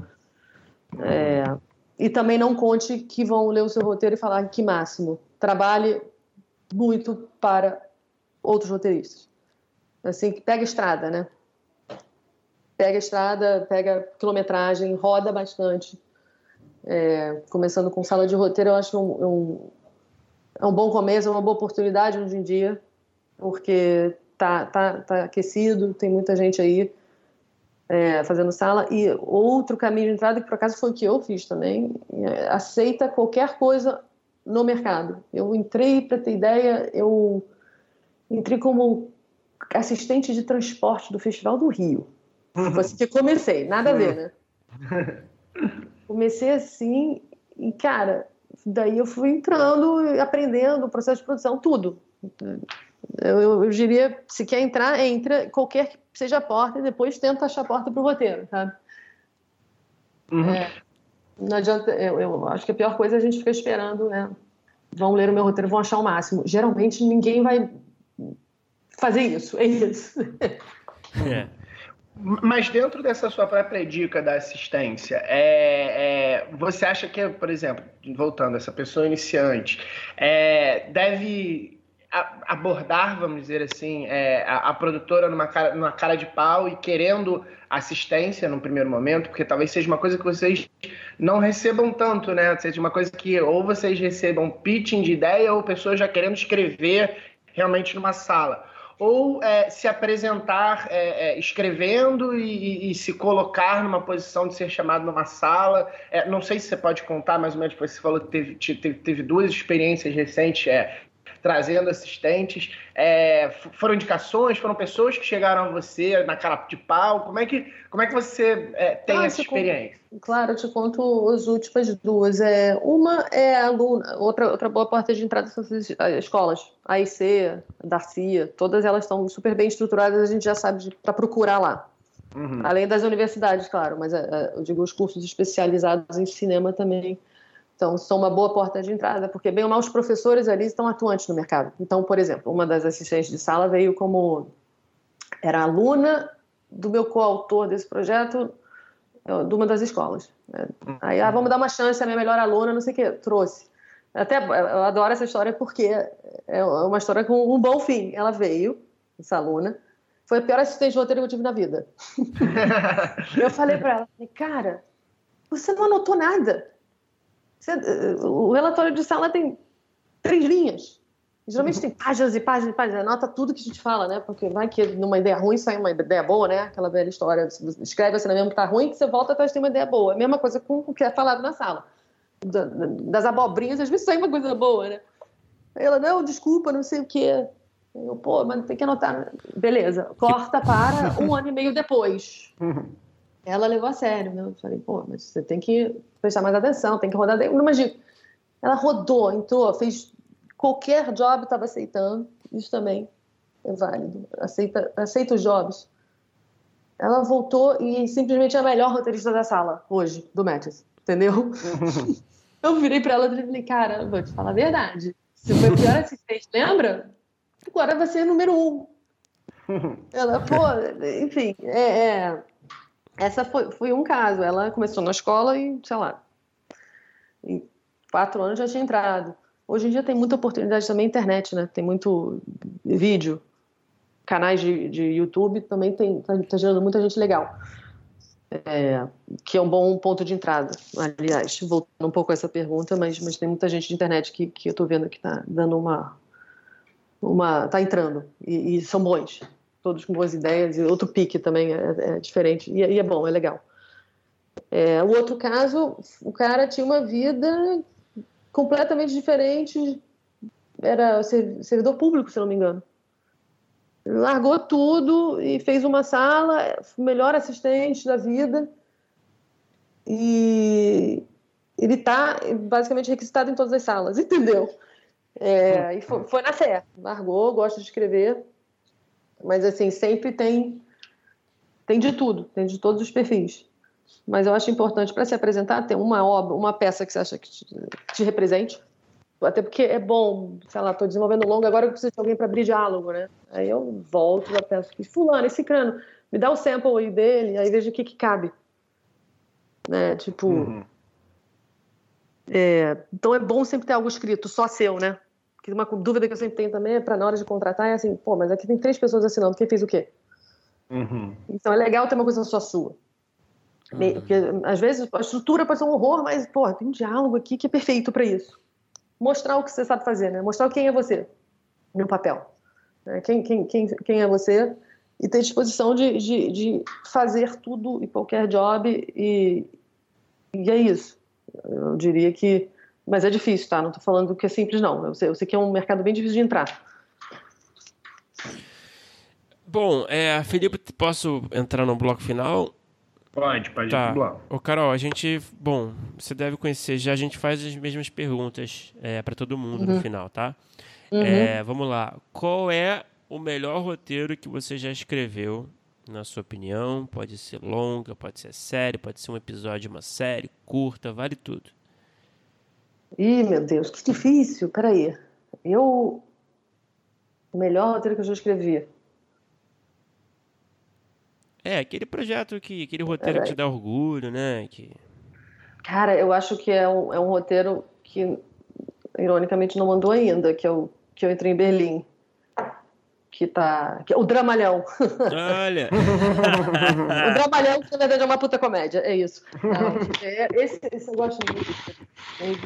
E também não conte que vão ler o seu roteiro e falar que máximo. Trabalhe muito para outros roteiristas. Assim, que pega estrada, né? Pega estrada, pega quilometragem, roda bastante. Começando com sala de roteiro, eu acho que é um bom começo, é uma boa oportunidade hoje em dia, porque tá aquecido, tem muita gente aí fazendo sala. E outro caminho de entrada, que por acaso foi o que eu fiz também, aceita qualquer coisa no mercado. Eu entrei, para ter ideia, eu entrei como assistente de transporte do Festival do Rio. Assim que comecei, nada a ver, né? Comecei assim e, cara, daí eu fui entrando, aprendendo o processo de produção, tudo. Eu diria, se quer entrar, entra qualquer que seja a porta e depois tenta achar a porta pro roteiro, sabe? Não adianta, eu acho que a pior coisa é a gente ficar esperando, né? Vão ler o meu roteiro, vão achar o máximo. Geralmente ninguém vai fazer isso, é isso. Mas dentro dessa sua própria dica da assistência, você acha que, por exemplo, voltando, essa pessoa iniciante, deve abordar, vamos dizer assim, a produtora numa cara de pau e querendo assistência no primeiro momento, porque talvez seja uma coisa que vocês não recebam tanto, né? Seja uma coisa que ou vocês recebam pitching de ideia ou pessoas já querendo escrever realmente numa sala. Ou se apresentar escrevendo e se colocar numa posição de ser chamado numa sala. Não sei se você pode contar mais ou menos, você falou que teve 2 experiências recentes, trazendo assistentes. Foram indicações, foram pessoas que chegaram a você na cara de pau? Como é que você tem essa experiência? Claro, eu te conto as últimas duas. Uma é aluna, outra boa porta de entrada são as escolas. A AIC, a Darcia, todas elas estão super bem estruturadas, a gente já sabe para procurar lá. Uhum. Além das universidades, claro, mas eu digo os cursos especializados em cinema também. Então, são uma boa porta de entrada, porque bem ou mal os professores ali estão atuantes no mercado. Então, por exemplo, uma das assistentes de sala veio era aluna do meu coautor desse projeto, de uma das escolas. Aí, vamos dar uma chance, a minha melhor aluna, não sei o quê, trouxe. Eu adoro essa história porque é uma história com um bom fim. Ela veio, essa aluna, foi a pior assistente de roteiro que eu tive na vida. Eu falei pra ela, cara, você não anotou nada. O relatório de sala tem 3 linhas. Geralmente tem páginas e páginas e páginas. Anota tudo que a gente fala, né? Porque vai que numa ideia ruim sai uma ideia boa, né? Aquela velha história. Você escreve assim mesmo que tá ruim, que você volta atrás tem uma ideia boa. A mesma coisa com o que é falado na sala. Das abobrinhas, às vezes sai uma coisa boa, né? Ela, não, desculpa, não sei o quê. Eu, mas tem que anotar. Beleza, corta para 1 ano e meio depois. Ela levou a sério, né? Eu falei, mas você tem que prestar mais atenção, tem que rodar. Não imagina. Ela rodou, entrou, fez qualquer job, estava aceitando. Isso também é válido. Aceita os jobs. Ela voltou e simplesmente é a melhor roteirista da sala hoje, do Matches. Entendeu? Eu virei para ela e falei, cara, vou te falar a verdade. Se foi o pior assistente, lembra? Agora vai ser número 1. Ela, enfim, essa foi um caso. Ela começou na escola e, sei lá, em 4 anos já tinha entrado. Hoje em dia tem muita oportunidade também na internet, né? Tem muito vídeo. Canais de YouTube também tá gerando muita gente legal. Que é um bom ponto de entrada. Aliás, voltando um pouco a essa pergunta, mas tem muita gente de internet que eu tô vendo que tá dando tá entrando. E são bons. Todos com boas ideias. E outro pique também é diferente. E é bom, é legal. O outro caso, o cara tinha uma vida completamente diferente. Era servidor público, se não me engano. Ele largou tudo e fez uma sala, melhor assistente da vida. E ele está basicamente requisitado em todas as salas, entendeu? E foi na fé. Largou, gosta de escrever. Mas, assim, sempre tem de tudo, tem de todos os perfis. Mas eu acho importante, para se apresentar, ter uma obra, uma peça que você acha que te represente. Até porque é bom, sei lá, estou desenvolvendo longa, agora eu preciso de alguém para abrir diálogo, né? Aí eu volto, já penso que fulano, esse crânio, me dá o sample aí dele, aí vejo o que cabe. Né? Tipo... então é bom sempre ter algo escrito, só seu, né? Porque uma dúvida que eu sempre tenho também é para na hora de contratar, é assim, mas aqui tem 3 pessoas assinando, quem fez o quê? Então é legal ter uma coisa só sua. Porque às vezes a estrutura pode ser um horror, mas, tem um diálogo aqui que é perfeito para isso. Mostrar o que você sabe fazer, né? Mostrar quem é você no papel. Né? Quem é você e ter disposição de fazer tudo e qualquer job e é isso. Eu diria que... Mas é difícil, tá? Não tô falando que é simples, não. Eu sei que é um mercado bem difícil de entrar. Bom, Felipe, posso entrar no bloco final? Pode ir pro bloco. Ô, Carol, você deve conhecer já, a gente faz as mesmas perguntas para todo mundo no final, tá? Vamos lá. Qual é o melhor roteiro que você já escreveu, na sua opinião? Pode ser longa, pode ser série, pode ser um episódio de uma série, curta, vale tudo. Ih, meu Deus, que difícil. Peraí. O melhor roteiro que eu já escrevi. Aquele projeto aquele roteiro que te dá orgulho, né? Cara, eu acho que é um roteiro que, ironicamente, não mandou ainda, que eu entrei em Berlim. Que é o Dramalhão. Olha! O Dramalhão, que na verdade é uma puta comédia, é isso. Não, esse eu gosto muito.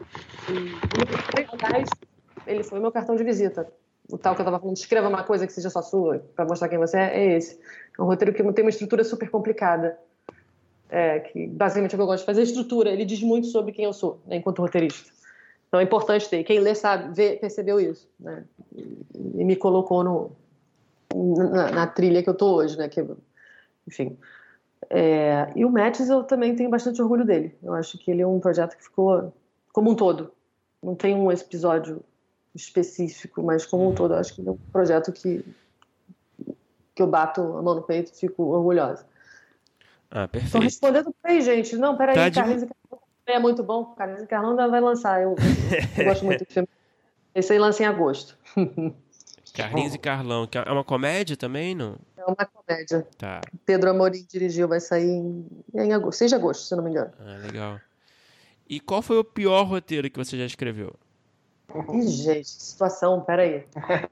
Ele foi meu cartão de visita. O tal que eu tava falando, escreva uma coisa que seja só sua, pra mostrar quem você é esse. É um roteiro que tem uma estrutura super complicada. Que basicamente é o que eu gosto de fazer, a estrutura. Ele diz muito sobre quem eu sou, né, enquanto roteirista. Então é importante ter. Quem lê sabe, percebeu isso, né? E me colocou na trilha que eu tô hoje, né? Enfim. E o Matches eu também tenho bastante orgulho dele. Eu acho que ele é um projeto que ficou como um todo. Não tem um episódio específico, mas como um todo, eu acho que ele é um projeto que eu bato a mão no peito e fico orgulhosa. Perfeito. Estou respondendo pra aí, gente. Não, peraí, Carlinhos e Carlão é muito bom. Carlinhos e Carlão vai lançar. Eu gosto muito do filme. Esse aí lança em agosto. Carlinhos e Carlão, que é uma comédia também, não? É uma comédia. Tá. Pedro Amorim dirigiu, vai sair em agosto, 6 de agosto, se eu não me engano. Legal. E qual foi o pior roteiro que você já escreveu? Ih, gente, que situação, peraí.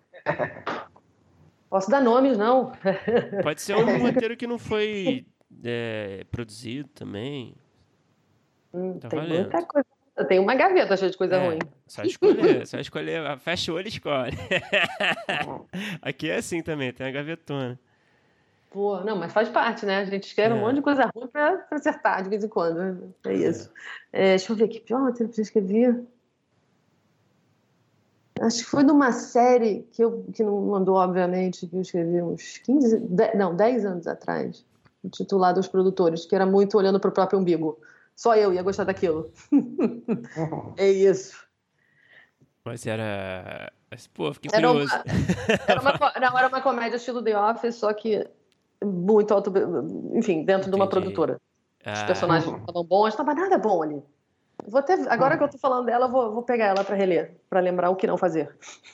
Posso dar nomes, não? Pode ser um roteiro que não foi produzido também. Tá tem valendo. muita coisa. Eu tenho uma gaveta cheia de coisa ruim. Só escolher, fecha o olho e escolhe. Aqui é assim também, tem uma gavetona. Pô, não, mas faz parte, né? A gente escreve um monte de coisa ruim pra acertar de vez em quando. É isso. Deixa eu ver aqui. Pior roteiro que eu escrevi. Acho que foi de uma série que não andou, obviamente, que eu escrevi uns 10 anos atrás, intitulado Os Produtores, que era muito olhando para o próprio umbigo. Só eu ia gostar daquilo. É isso. Mas era... Pô, fiquei curioso. Era uma comédia estilo The Office, só que muito enfim, dentro de uma produtora. Os personagens estavam bons, não estava nada bom ali. Agora que eu tô falando dela, eu vou pegar ela pra reler, pra lembrar o que não fazer.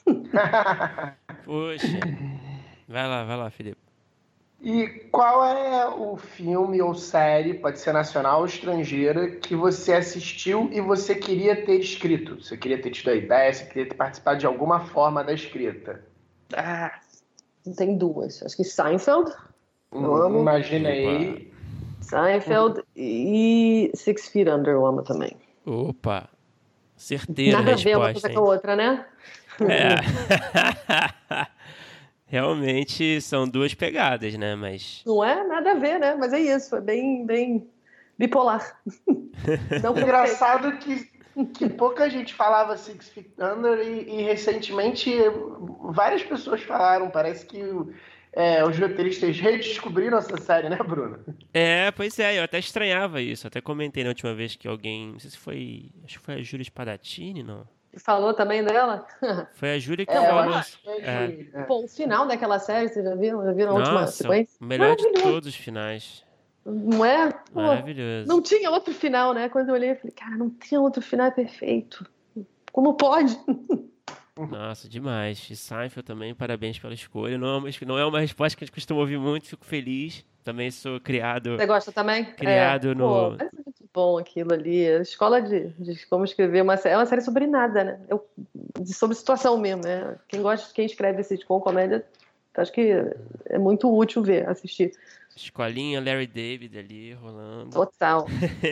Poxa. Vai lá, Felipe. E qual é o filme ou série, pode ser nacional ou estrangeira, que você assistiu e você queria ter escrito? Você queria ter tido a ideia, você queria ter participado de alguma forma da escrita? Tem duas. Acho que Seinfeld. Eu amo. Imaginei. Seinfeld e Six Feet Under eu amo também. Opa, certeira nada resposta. Nada a ver uma coisa com a outra, né? Realmente são duas pegadas, né? Mas... Não é nada a ver, né? Mas é isso, é bem bipolar. Não engraçado que pouca gente falava Six Feet Under e recentemente várias pessoas falaram. Parece que os roteiristas redescobriram essa série, né, Bruno? Pois é, eu até estranhava isso. Até comentei na última vez que alguém, não sei se foi, acho que foi a Júlia Spadatini, não? Falou também dela? Foi a Júlia que falou. Pô, o final daquela série, você já viu? Já viram a última sequência? O melhor de todos os finais. Não é? Pô, maravilhoso. Não tinha outro final, né? Quando eu olhei, eu falei, cara, não tinha outro final, é perfeito. Como pode? Nossa, demais. E Seinfeld também, parabéns pela escolha. Não é uma resposta que a gente costuma ouvir muito, fico feliz. Também sou criado... Você gosta também? Criado no... Pô, é muito bom aquilo ali. A escola de como escrever é uma série sobre nada, né? Sobre situação mesmo, né? Quem escreve sitcom, comédia, acho que é muito útil assistir. Escolinha Larry David ali, rolando. Total.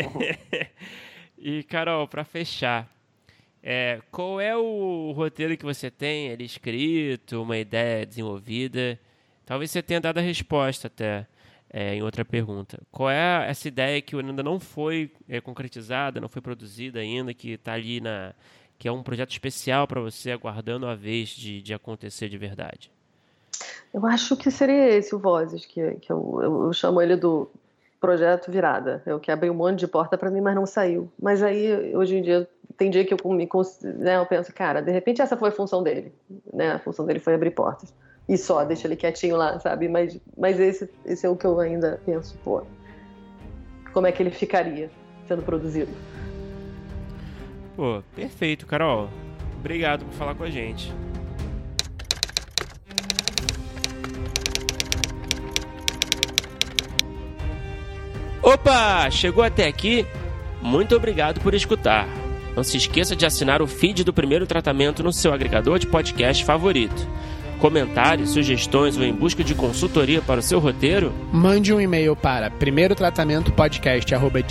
E, Carol, pra fechar... qual é o roteiro que você tem ali escrito, uma ideia desenvolvida? Talvez você tenha dado a resposta até em outra pergunta. Qual é essa ideia que ainda não foi concretizada, não foi produzida ainda, que está ali que é um projeto especial para você, aguardando a vez de acontecer de verdade? Eu acho que seria esse o Vozes, que eu chamo ele do projeto Virada. É o que abriu um monte de porta para mim, mas não saiu. Mas aí, hoje em dia, tem dia que eu penso, cara, de repente essa foi a função dele, né? A função dele foi abrir portas. E só, deixa ele quietinho lá, sabe? Mas esse é o que eu ainda penso, pô, como é que ele ficaria sendo produzido? Pô, perfeito, Carol. Obrigado por falar com a gente. Opa! Chegou até aqui? Muito obrigado por escutar. Não se esqueça de assinar o feed do Primeiro Tratamento no seu agregador de podcast favorito. Comentários, sugestões ou em busca de consultoria para o seu roteiro? Mande um e-mail para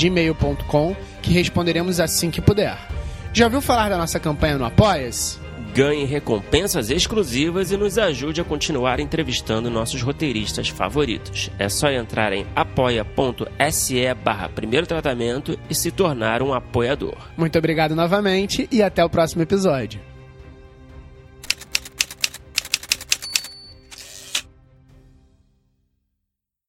primeirotratamento.podcast@gmail.com que responderemos assim que puder. Já ouviu falar da nossa campanha no Apoia-se? ganhe recompensas exclusivas e nos ajude a continuar entrevistando nossos roteiristas favoritos. É só entrar em apoia.se/Primeiro Tratamento e se tornar um apoiador. Muito obrigado novamente e até o próximo episódio.